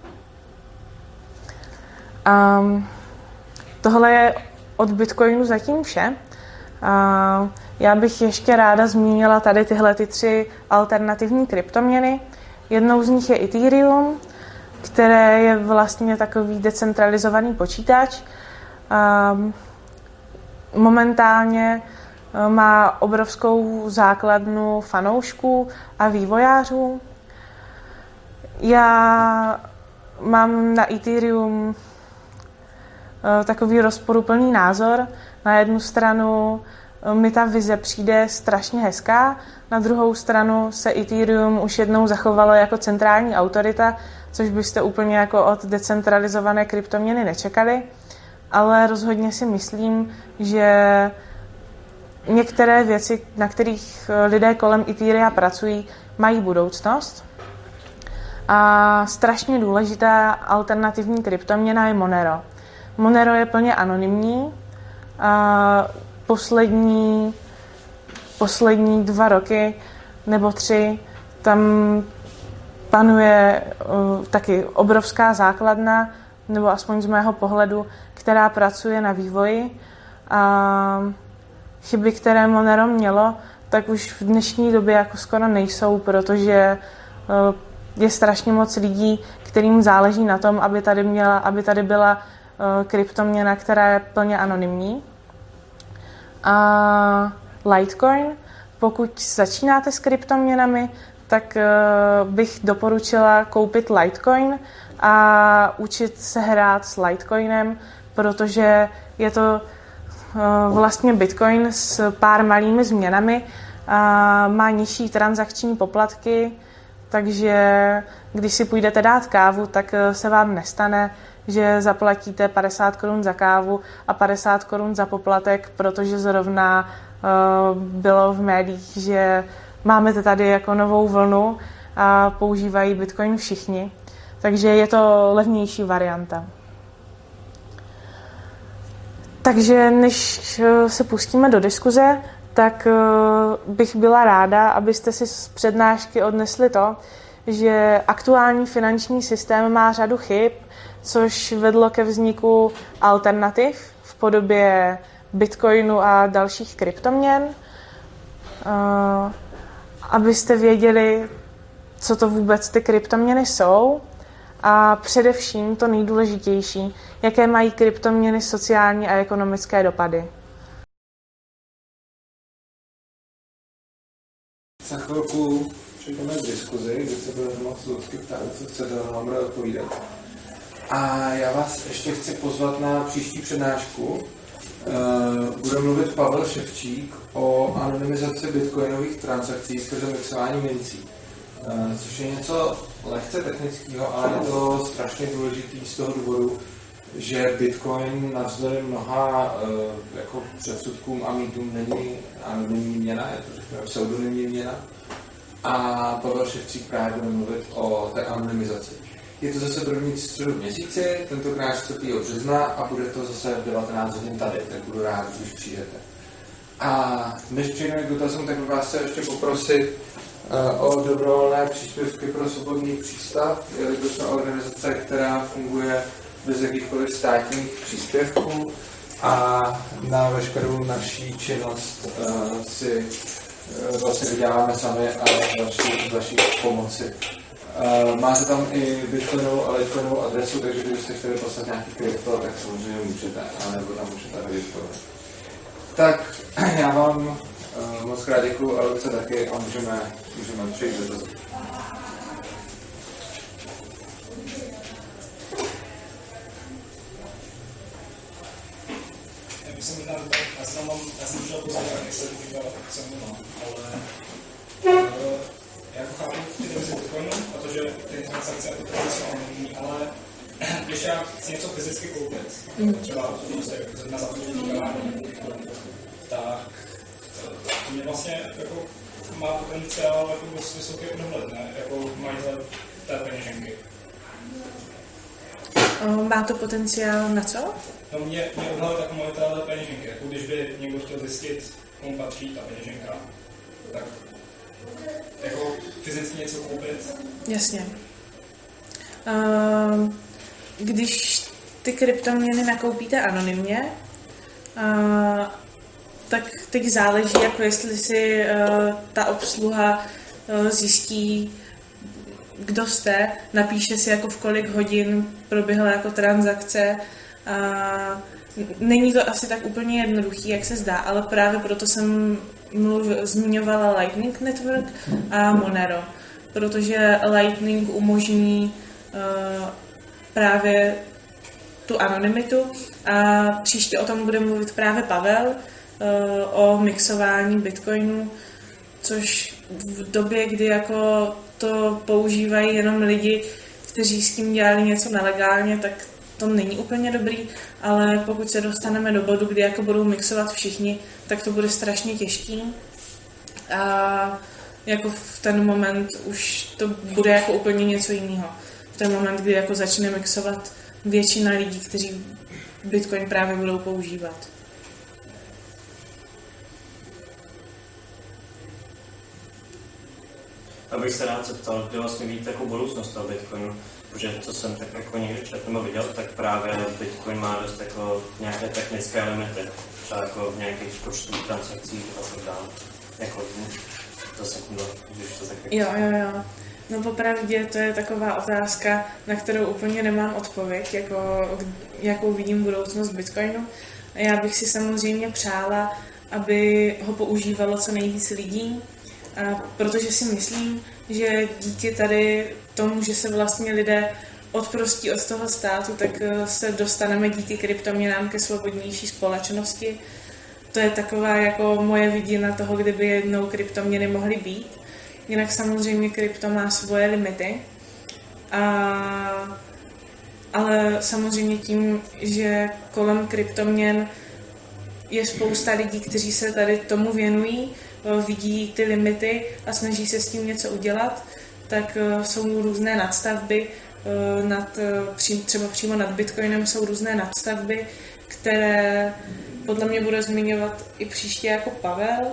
Tohle je od Bitcoinu zatím vše. Já bych ještě ráda zmínila tady tyhle 3 alternativní kryptoměny. Jednou z nich je Ethereum, které je vlastně takový decentralizovaný počítač. Momentálně má obrovskou základnu fanoušků a vývojářů. Já mám na Ethereum takový rozporuplný názor. Na jednu stranu mi ta vize přijde strašně hezká, na druhou stranu se Ethereum už jednou zachovalo jako centrální autorita, což byste úplně jako od decentralizované kryptoměny nečekali, ale rozhodně si myslím, že některé věci, na kterých lidé kolem Etherea pracují, mají budoucnost. A strašně důležitá alternativní kryptoměna je Monero. Monero je plně anonymní. A poslední 2 roky nebo 3 tam panuje taky obrovská základna, nebo aspoň z mého pohledu, která pracuje na vývoji. A chyby, které Monero mělo, tak už v dnešní době jako skoro nejsou, protože je strašně moc lidí, kterým záleží na tom, aby tady byla kryptoměna, která je plně anonymní. A Litecoin, pokud začínáte s kryptoměnami, tak bych doporučila koupit Litecoin a učit se hrát s Litecoinem, protože je to vlastně Bitcoin s pár malými změnami a má nižší transakční poplatky, takže když si půjdete dát kávu, tak se vám nestane, že zaplatíte 50 korun za kávu a 50 korun za poplatek, protože zrovna bylo v médiích, že máme tady jako novou vlnu a používají Bitcoin všichni. Takže je to levnější varianta. Takže než se pustíme do diskuze, tak bych byla ráda, abyste si z přednášky odnesli to, že aktuální finanční systém má řadu chyb, což vedlo ke vzniku alternativ v podobě Bitcoinu a dalších kryptoměn. Abyste věděli, co to vůbec ty kryptoměny jsou a především to nejdůležitější, jaké mají kryptoměny sociální a ekonomické dopady. Za chvilku přejdeme k diskuzi, kde se budeme moct Ludsky ptát, co chcete, vám bude odpovídat. A já vás ještě chci pozvat na příští přednášku. Bude mluvit Pavel Ševčík o anonymizaci bitcoinových transakcí skrze mixování mincí. Což je něco lehce technického, ale je to strašně důležitý z toho důvodu, že Bitcoin navzdory mnoha jako předsudkům a mýtům není anonymní měna, je to řekněme pseudonymní měna. A Pavel Ševčík právě bude mluvit o té anonymizaci. Je to zase první středu v měsíci, tentokrát 4. března a bude to zase v 19 hodin tady, tak budu rád, když přijdete. A než přejdeme k dotazům, tak bych vás chtěl ještě poprosit o dobrovolné příspěvky pro svobodný přístav, jelikož jsme organizace, která funguje bez jakýchkoliv státních příspěvků a na veškerou naší činnost si vlastně vyděláme sami a vaší pomoci. Máte tam i Bitcoinovou a Litecoinovou adresu, takže kdybyste chtěli poslat nějaký krypto, tak samozřejmě můžete, anebo tam můžete registrovat. Tak já vám moc krát děkuju a Luce taky a můžeme přejít do toho. Já jsem chtěl pozorovat, jak se říkal, co mluvám, ale já chápu ty devizy Bitcoinu, protože ty transakce jako to jsou anonymní, ale když já chci něco fyzicky koupit, třeba na zapojení kanální, tak to mě vlastně jako má potenciál jako dost vysoký dohled, ne? Jako majitel té peněženky. Má to potenciál na co? No mě odhalil jako majitel peněženky, jako když by někdo chtěl zjistit, komu patří ta peněženka, tak jako fyzicky něco koupit. Jasně. Když ty kryptoměny nakoupíte anonymně, tak teď záleží, jako jestli si ta obsluha zjistí, kdo jste, napíše si, jako v kolik hodin proběhla jako transakce. Není to asi tak úplně jednoduchý, jak se zdá, ale právě proto jsem zmiňovala Lightning Network a Monero, protože Lightning umožní právě tu anonymitu a příště o tom bude mluvit právě Pavel o mixování Bitcoinu, což v době, kdy jako to používají jenom lidi, kteří s tím dělali něco nelegálně, tak to není úplně dobrý, ale pokud se dostaneme do bodu, kdy jako budou mixovat všichni, tak to bude strašně těžký. A jako v ten moment už to bude jako úplně něco jiného. V ten moment, kdy jako začne mixovat většina lidí, kteří Bitcoin právě budou používat. Abych se rád zeptal, kde vlastně vidíte jako budoucnost toho Bitcoinu, protože co jsem tak jako někdy četl nebo viděl, tak právě Bitcoin má dost jako nějaké technické limity, třeba jako v nějakých počtů transakcí a tak dále. Jako za sekundu, když to tak Jo. No popravdě to je taková otázka, na kterou úplně nemám odpověď, jakou vidím budoucnost Bitcoinu. Já bych si samozřejmě přála, aby ho používalo co nejvíc lidí, protože si myslím, že díky tady tomu, že se vlastně lidé odprostí od toho státu, tak se dostaneme díky kryptoměnám ke svobodnější společnosti. To je taková jako moje vidina toho, kdyby jednou kryptoměny mohly být. Jinak samozřejmě krypto má svoje limity, ale samozřejmě tím, že kolem kryptoměn je spousta lidí, kteří se tady tomu věnují, vidí ty limity a snaží se s tím něco udělat, tak jsou různé nadstavby, třeba přímo nad Bitcoinem jsou různé nadstavby, které podle mě bude zmiňovat i příště jako Pavel,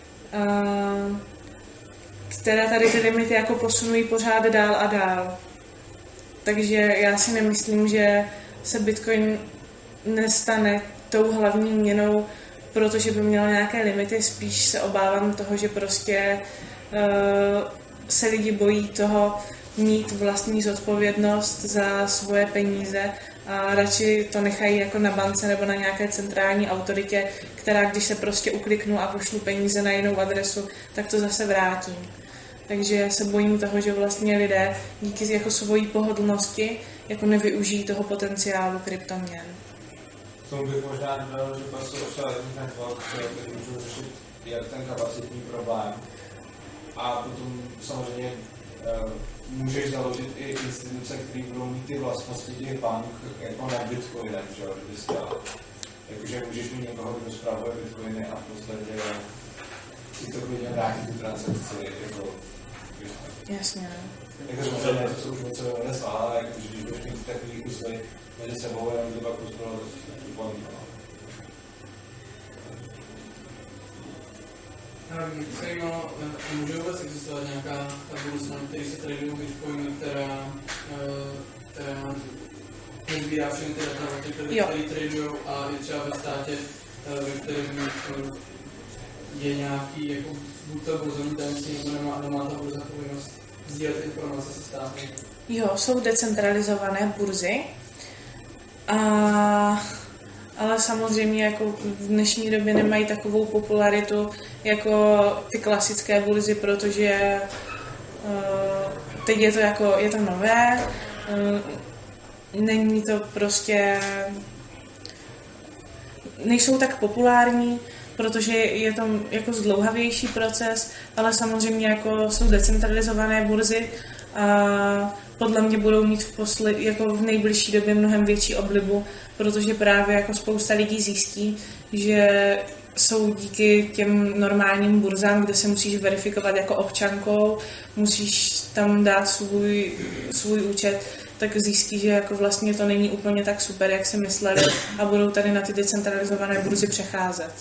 které tady ty limity jako posunují pořád dál a dál. Takže já si nemyslím, že se Bitcoin nestane tou hlavní měnou, protože by měla nějaké limity, spíš se obávám toho, že prostě se lidi bojí toho mít vlastní zodpovědnost za svoje peníze a radši to nechají jako na bance nebo na nějaké centrální autoritě, která když se prostě ukliknu a pošlu peníze na jinou adresu, tak to zase vrátí. Takže se bojím toho, že vlastně lidé díky jako svojí pohodlnosti jako nevyužijí toho potenciálu kryptoměn. Tomu bych možná dodal, že prostě sociální network, který můžou řešit jak ten kapacitní problém. A potom samozřejmě můžeš založit i instituce, které budou mít ty vlastnosti těch bank jako na Bitcoinem, že jo, kdyby stál. Jakože můžeš mít někoho, kdo spravuje Bitcoiny a v podstatě si to klidně vrátí tu transakci, jako jasně. Jako samozřejmě to jsou už něco donesla, ale jakože když budeš mít takový úsly mezi sebou, jenom to pak pospělo do banky. Mě zajímalo, může vůbec existovat nějaká budoucnost, který se tradují Bitcoiny, která nezbírá všechny ty data, které tradují a je třeba ve státě, ve kterém je nějaký, jako buď to burzovní tajemství, nebo nemá ta burza povinnost sdílet informace se státem. Jo, jsou decentralizované burzy, ale samozřejmě jako v dnešní době nemají takovou popularitu jako ty klasické burzy, protože teď je to nové, není to prostě, nejsou tak populární, protože je to jako zdlouhavější proces, ale samozřejmě jako jsou decentralizované burzy a podle mě budou mít jako v nejbližší době mnohem větší oblibu, protože právě jako spousta lidí zjistí, že jsou díky těm normálním burzám, kde se musíš verifikovat jako občankou, musíš tam dát svůj účet, tak zjistí, že jako vlastně to není úplně tak super, jak si mysleli a budou tady na ty decentralizované burzy přecházet.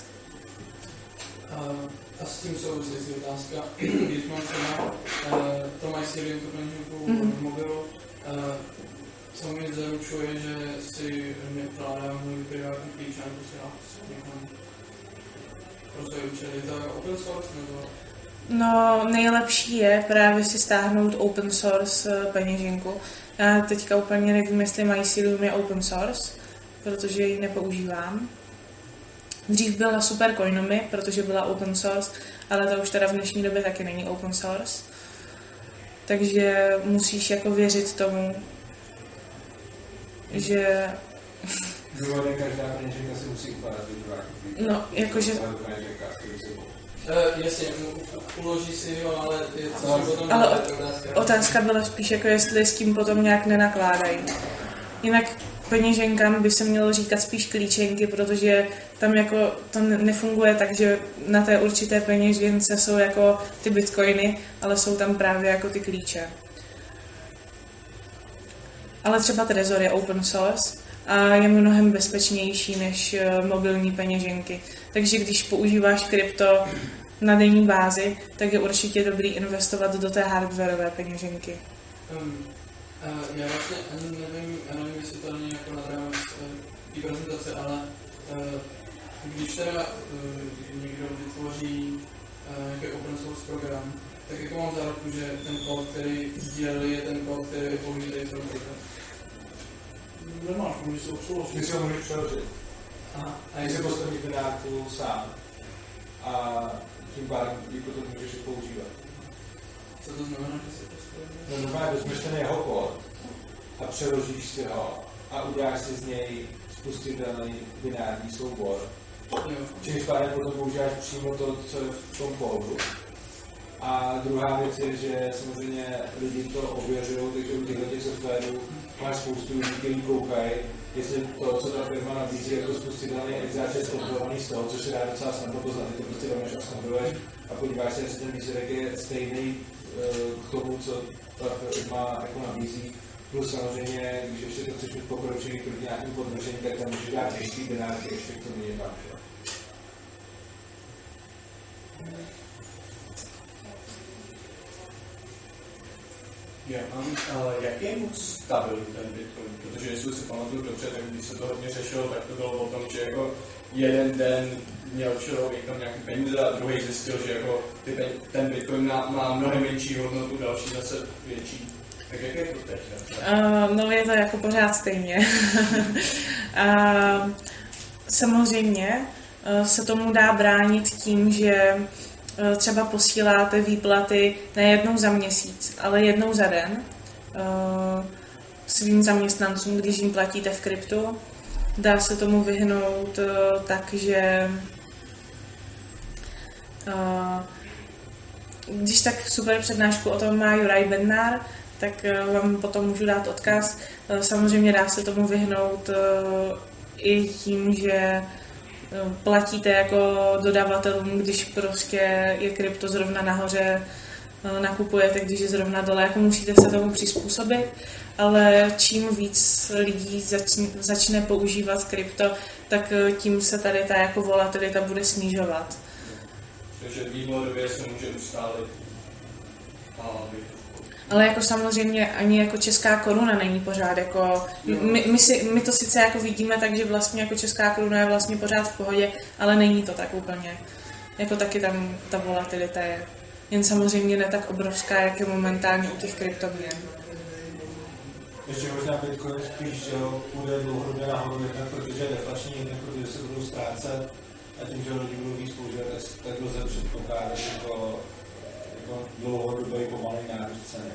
A s tím souvisí otázka, když mám třeba to MyCerium, to peněženku v mobilu, co mi zaručuje, že si nevkládám můj privátní klíč a neposílám někam pro své účely. Je to open source nebo? No, nejlepší je právě si stáhnout open source peněženku. Já teďka úplně nevím, jestli MyCerium je open source, protože ji nepoužívám. Dřív byla Supercoinomy, protože byla open source, ale to už teda v dnešní době taky není open source. Takže musíš jako věřit tomu, že... Důvodně každá peněženka si musí ukládat do no, jakože... Jasně, uloží si ho, ale... Ale otázka byla spíš jako, jestli s tím potom nějak nenakládají. Jinak peněženkám by se mělo říkat spíš klíčenky, protože tam jako to nefunguje tak, že na té určité peněžence jsou jako ty bitcoiny, ale jsou tam právě jako ty klíče. Ale třeba Trezor je open source a je mnohem bezpečnější než mobilní peněženky. Takže když používáš krypto na denní bázi, tak je určitě dobrý investovat do té hardwareové peněženky. Já vlastně ani nevím, jestli to není jako nad rámec té prezentace, ale když teda někdo vytvoří nějaký open source program, tak jako mám záruku, že ten kód, který sdíleli, je ten kód, který je použitý pro Krypto. Nemáš, můžeš se obslužit. Ty si ho můžeš přeložit. Aha. A když se postavíš binárku sám. A tím pádem jako to můžeš používat. Co to znamená, že se postavíš? No normálně vezmeš ten jeho kód a přeložíš si ho a uděláš si z něj spustitelný binární soubor. Čímž pádem potom používáš přímo to, co je v tom kódu. A druhá věc je, že samozřejmě lidi to ověřují, takže u těchto softwarů máš spoustu lidí, kteří koukají, jestli to, co ta firma nabízí, jako spustitelný exáč je zkontrolovaný z toho, což se dá docela snadno poznat, ty to prostě rovněž a zkontroluješ a podíváš se, jestli ten výsledek je stejný k tomu, co ta firma jako nabízí. Plus samozřejmě, když ještě to chceš mít pokročilý proti nějakým podnožení, tak tam můžeš dát ještě binárky, ještě k tomu nemáš. Jak je moc stabilní ten Bitcoin? Protože jestli si pamatuju dobře, tak když se to hodně řešilo, tak to bylo o tom, že jako jeden den měl člověk tam nějaké peníze a druhý zjistil, že jako ten Bitcoin má mnohem menší hodnotu, další zase větší. Tak jak je to teď? No je to jako pořád stejně. Samozřejmě se tomu dá bránit tím, že třeba posíláte výplaty ne jednou za měsíc, ale jednou za den svým zaměstnancům, když jim platíte v kryptu. Dá se tomu vyhnout tak, že když tak super přednášku o tom má Juraj Bednár, tak vám potom můžu dát odkaz. Samozřejmě dá se tomu vyhnout i tím, že platíte jako dodavatelům, když prostě je krypto zrovna nahoře, nakupujete, když je zrovna dole, jako musíte se tomu přizpůsobit, ale čím víc lidí začne používat krypto, tak tím se tady ta jako volatilita bude snižovat. Takže výhledově se může ustálit. Ale jako samozřejmě ani jako česká koruna není pořád jako, my to sice jako vidíme tak, že vlastně jako česká koruna je vlastně pořád v pohodě, ale není to tak úplně. Jako taky tam ta volatilita je. Jen samozřejmě ne tak obrovská, jak je momentálně u těch kryptoměn. Ještě možná Bitcoin spíš, že půjde dlouhodobě nahoru, jednak protože je deflační, jednak protože se budou ztrácet a tím, že lidi budou víc používat, tak lze předpokládat jako dlouhodobý pomalý nárůst ceny.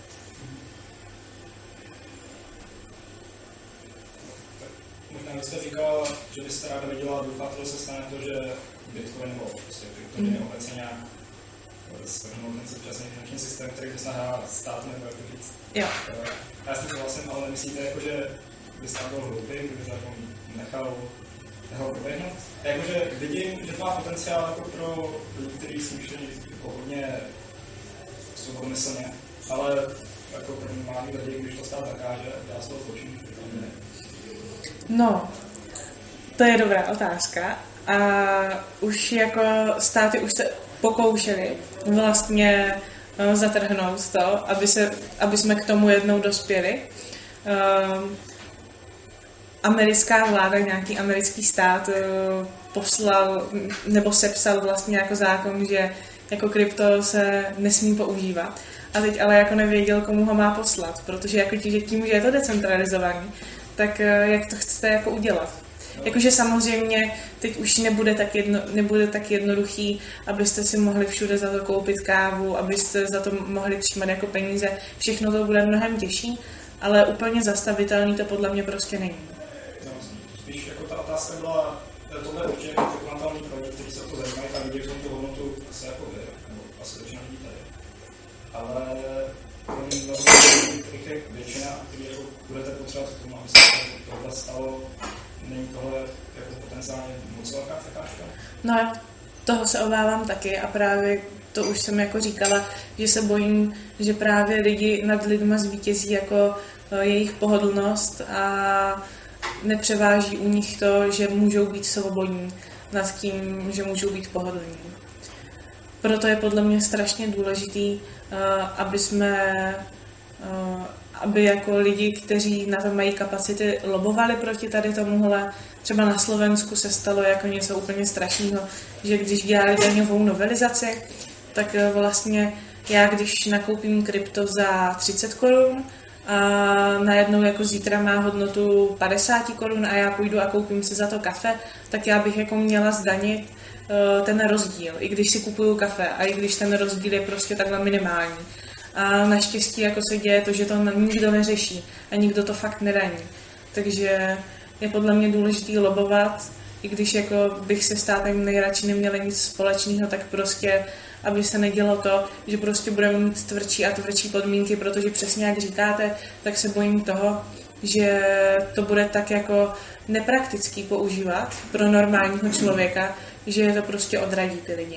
Možná byste říkal, že byste ráda viděla, doufáte, že se stane to, že Bitcoin nebo prostě kryptoměny obecně nějak svrhnout ten současný finanční systém, který by se nahrál stát nebo jak to říct. Jo. Já jsem souhlasím, ale myslíte, jako, že by stát byl hloupý, kdyby zákon nechal ho proběhnout? Jakože vidím, že to má potenciál jako pro lidi, kteří smýšlejí jako hodně svobodmyslně, ale jako pro normální lidi, když to stát zakáže, dá se to zločin. No, to je dobrá otázka. A už jako státy už se pokoušeli vlastně zatrhnout to, aby jsme k tomu jednou dospěli. Americká vláda, nějaký americký stát poslal nebo sepsal vlastně jako zákon, že jako krypto se nesmí používat. A teď ale jako nevěděl, komu ho má poslat, protože jako tím, že je to decentralizovaný, tak jak to chcete jako udělat? Jakože samozřejmě teď už nebude tak jednoduchý, abyste si mohli všude za to koupit kávu, abyste za to mohli přijímat jako peníze. Všechno to bude mnohem těžší, ale úplně zastavitelný to podle mě prostě není. No, spíš jako ta otázka byla, tohle je určitě dokumentální projekt, který se o to zajímají, a vidí v tom tu hodnotu asi jako vy, nebo asi většina lidí tady. Ale kterých je většina, který jako budete potřebovat k tomu, aby se tohle stalo, není tohle jako potenciálně moc velká překážka? No, toho se obávám taky a právě to už jsem jako říkala, že se bojím, že právě lidi nad lidma zvítězí jako jejich pohodlnost a nepřeváží u nich to, že můžou být svobodní nad tím, že můžou být pohodlní. Proto je podle mě strašně důležitý, aby jako lidi, kteří na to mají kapacity, lobovali proti tady tomuhle. Třeba na Slovensku se stalo jako něco úplně strašného, že když dělali daňovou novelizaci, tak vlastně já když nakoupím krypto za 30 korun a najednou jako zítra má hodnotu 50 korun a já půjdu a koupím si za to kafe, tak já bych jako měla zdanit ten rozdíl, i když si kupuju kafe a i když ten rozdíl je prostě takhle minimální. A naštěstí jako se děje to, že to nikdo neřeší a nikdo to fakt nedaní. Takže je podle mě důležitý lobovat, i když jako bych se státem nejradši neměla nic společného, tak prostě, aby se nedělo to, že prostě budeme mít tvrdší a tvrdší podmínky, protože přesně jak říkáte, tak se bojím toho, že to bude tak jako nepraktický používat pro normálního člověka, že to prostě odradí ty lidi.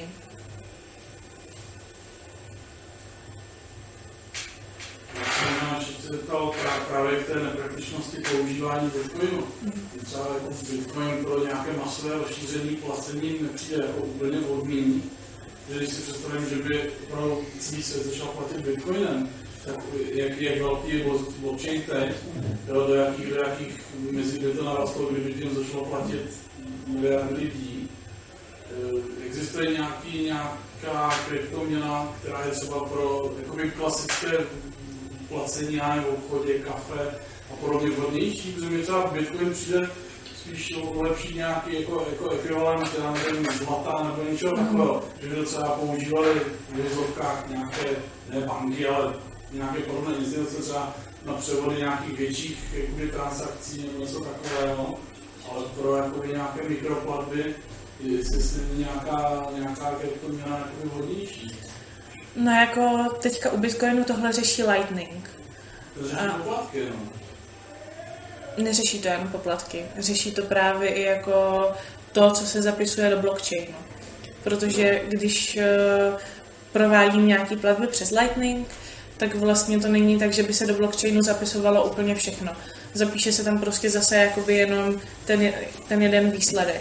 Se zeptal právě k té nepraktičnosti používání Bitcoinu. Třeba jako Bitcoin pro nějaké masové rozšíření placení nepřijde jako úplně vhodný. Že když si představím, že by opravdu celý svět začal platit Bitcoinem, tak jak velký je blockchain teď, do jakých mezi by to narostlo, kdyby tím začalo platit miliardy lidí. Existuje nějaká kryptoměna, která je třeba pro jakoby klasické placení v obchodě, kafe a podobně vhodnější, protože mi třeba Bitcoin přijde spíš lepší nějaký jako ekvivalent, já nevím, zlata nebo něčeho takového, že by to třeba používali v vozovkách nějaké, ne banky, ale nějaké podobné instituce, třeba na převody nějakých větších jakoby, transakcí nebo něco takového, ale pro jakoby, nějaké mikroplatby, jestli nějaká kryptoměna vhodnější. No jako teďka u Bitcoinu tohle řeší Lightning. To řeší poplatky, no. Neřeší to jen poplatky, řeší to právě i jako to, co se zapisuje do blockchainu. Protože když provádím nějaký platby přes Lightning, tak vlastně to není tak, že by se do blockchainu zapisovalo úplně všechno. Zapíše se tam prostě zase jakoby jenom ten jeden výsledek.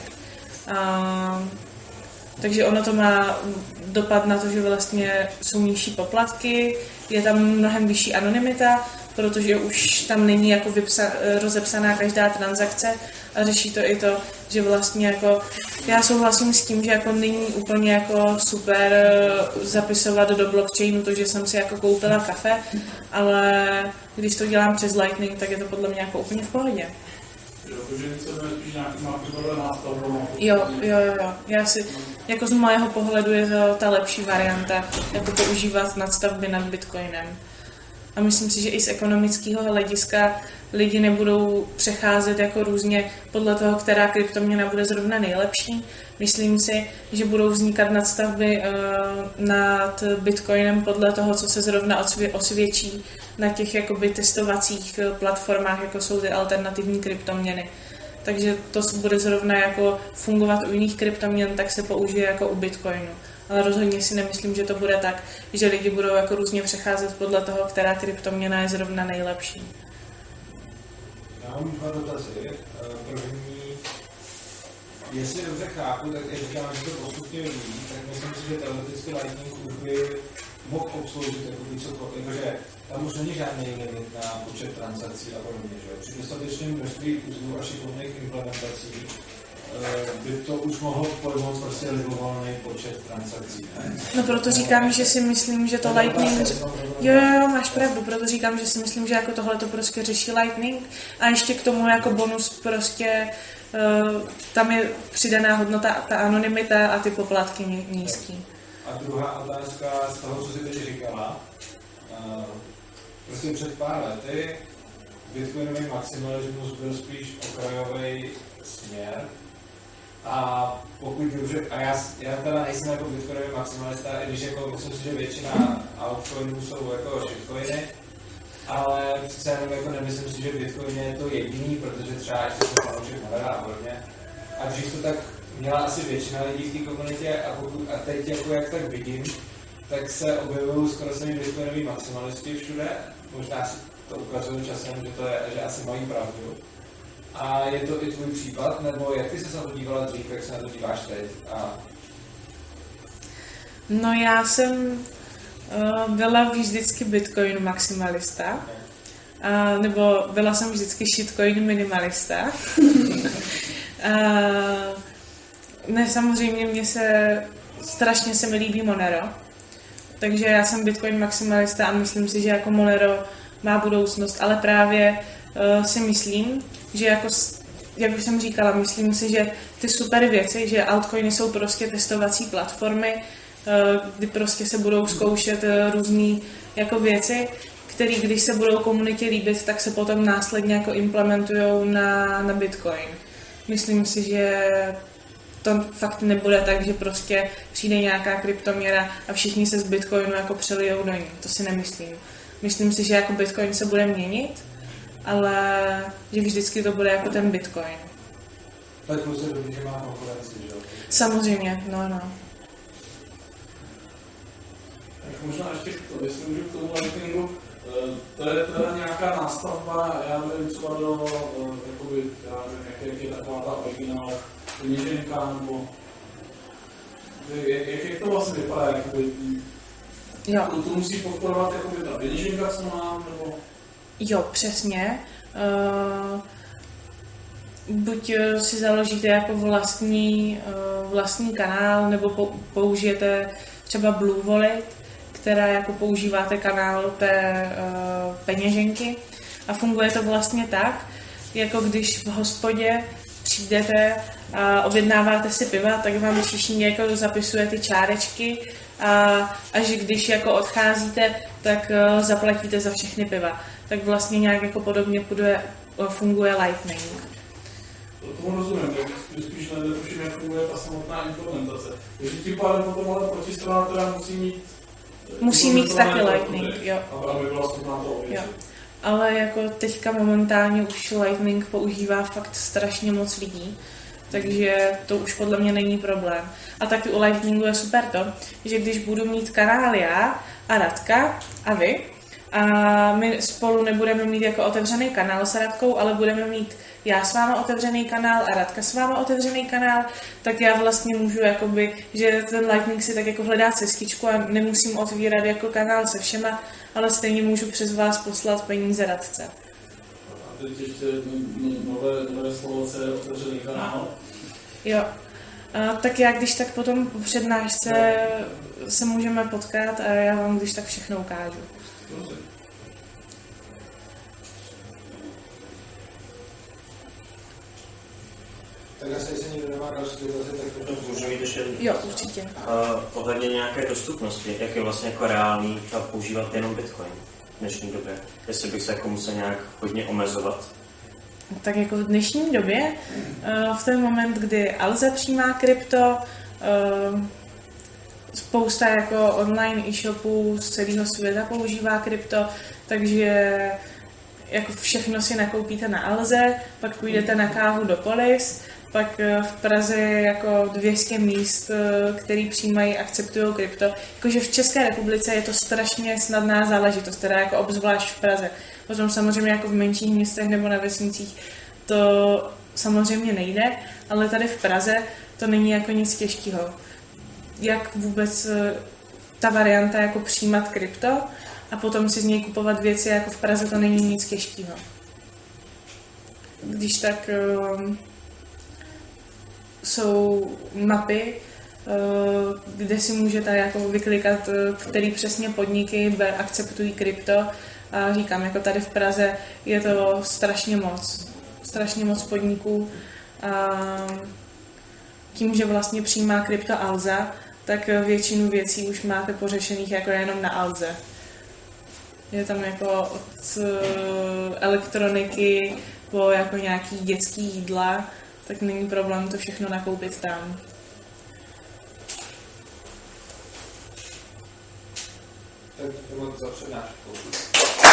Takže ono to má dopad na to, že vlastně jsou nižší poplatky, je tam mnohem vyšší anonymita, protože už tam není jako rozepsaná každá transakce a řeší to i to, že vlastně jako já souhlasím s tím, že jako není úplně jako super zapisovat do blockchainu to, že jsem si jako koupila kafe, ale když to dělám přes Lightning, tak je to podle mě jako úplně v pohodě. Jo. Já si, jako z mého pohledu je to ta lepší varianta, jako používat nadstavby nad Bitcoinem. A myslím si, že i z ekonomického hlediska lidi nebudou přecházet jako různě podle toho, která kryptoměna bude zrovna nejlepší. Myslím si, že budou vznikat nadstavby nad Bitcoinem podle toho, co se zrovna osvědčí na těch jakoby testovacích platformách, jako jsou ty alternativní kryptoměny. Takže to bude zrovna jako fungovat u jiných kryptoměn, tak se použije jako u Bitcoinu. Ale rozhodně si nemyslím, že to bude tak, že lidi budou jako různě přecházet podle toho, která kryptoměna je zrovna nejlepší. Já mám dva dotazy. První, jestli dobře chápu, tak když říkám, že to postupně vyvíjí, tak myslím si, že teoreticky Lightning už by mohl obsloužit jakože tam už není žádný limit na počet transakcí a podobně, že? Při dostatečném množství uzlů a šikovných implementací by to už mohlo pojmout prostě libovolný počet transakcí, ne? No proto říkám, že si myslím, že to Lightning... Jo, máš pravdu, proto říkám, že si myslím, že jako tohle to prostě řeší Lightning a ještě k tomu jako bonus prostě tam je přidaná hodnota, ta anonymita a ty poplatky nízký. A druhá otázka z toho, co jsi teď říkala, prostě před pár lety bitcoinový maximalismus byl spíš okrajový směr a pokud dobře, a já teda nejsem jako bitcoinový maximalista, i když jako myslím si, že většina altcoinů jsou jako shitcoiny, ale přece jenom jako nemyslím si, že bitcoin je to jediný, protože třeba ještě jsem fanoušek Nevera a podobně. A dřív to tak měla asi většina lidí v té komunitě a teď jako jak tak vidím, tak se objevují skoro sami bitcoinoví maximalisti všude. Možná si to ukazují časem, že to je, že asi mají pravdu. A je to i tvůj případ, nebo jak ty se na to dívala dřív, jak se na to díváš teď? No já jsem byla vždycky bitcoin maximalista, nebo byla jsem vždycky shitcoin minimalista. Ne, samozřejmě strašně se mi líbí Monero. Takže já jsem Bitcoin maximalista a myslím si, že jako Monero má budoucnost, ale právě si myslím, že jako, jak už jsem říkala, myslím si, že ty super věci, že altcoiny jsou prostě testovací platformy, kdy prostě se budou zkoušet různé jako věci, které když se budou komunitě líbit, tak se potom následně jako implementujou na Bitcoin. Myslím si, že to fakt nebude tak, že prostě přijde nějaká kryptoměna a všichni se z Bitcoinu jako přelijou do ní. To si nemyslím. Myslím si, že jako Bitcoin se bude měnit, ale že vždycky to bude jako ten Bitcoin. Tak plus je dobrý, že má konkurenci, že jo? Samozřejmě, no. Tak možná ještě jestli můžu k tomu Lightningu, to je teda nějaká nástavba, já nevím, třeba do jakoby, jak je taková ta originál peněženka, nebo jak to vlastně vypadá, jakoby, to musí podporovat jakoby ta peněženka, co mám, nebo... Jo, přesně. Buď si založíte jako vlastní kanál, nebo použijete třeba Blue Wallet, která jako používáte kanál té peněženky a funguje to vlastně tak, jako když v hospodě přijdete a objednáváte si piva, tak vám všichni jako zapisuje ty čárečky a až když jako odcházíte, tak zaplatíte za všechny piva. Tak vlastně nějak jako podobně funguje Lightning. Tomu rozumím, tak spíš netuším, jak funguje ta samotná implementace. Takže tím pádem potom ale protistrana teda musí mít taky Lightning, jo. Aby byla schopná to ověřit. Ale jako teďka momentálně už Lightning používá fakt strašně moc lidí, takže to už podle mě není problém. A taky u Lightningu je super to, že když budu mít kanál já a Radka a vy, a my spolu nebudeme mít jako otevřený kanál s Radkou, ale budeme mít já s váma otevřený kanál a Radka s váma otevřený kanál, tak já vlastně můžu jakoby, že ten Lightning si tak jako hledá cestičku a nemusím otvírat jako kanál se všema, ale stejně můžu přes vás poslat peníze Radce. A teď ještě nové slovo, co je otevřený kanál. Jo. Tak já když tak potom po přednášce se můžeme potkat a já vám když tak všechno ukážu. Tak asi, jestli někdo nemá další dotazy, tak můžu mít ještě... Jo, určitě. Ohledně nějaké dostupnosti, jak je vlastně jako reálný používat jenom Bitcoin v dnešní době? Jestli bych se jako musel nějak hodně omezovat? Tak jako v dnešní době, v ten moment, kdy Alza přijímá krypto, spousta jako online e-shopů z celého světa používá krypto, takže jako všechno si nakoupíte na Alze, pak půjdete na kávu do Polis, pak v Praze je jako 200 míst, který přijímají, akceptují krypto. Jakože v České republice je to strašně snadná záležitost, teda jako obzvlášť v Praze. Potom samozřejmě jako v menších městech nebo na vesnicích to samozřejmě nejde, ale tady v Praze to není jako nic těžkého. Jak vůbec ta varianta jako přijímat krypto a potom si z něj kupovat věci, jako v Praze to není nic těžkého. Když tak jsou mapy, kde si můžete jako vyklikat, který přesně podniky akceptují krypto. A říkám, jako tady v Praze je to strašně moc podniků. A tím, že vlastně přijímá krypto Alza, tak většinu věcí už máte pořešených jako jenom na Alze. Je tam jako od elektroniky po jako nějaký dětský jídla, tak není problém to všechno nakoupit tam. Tak to za přednášku.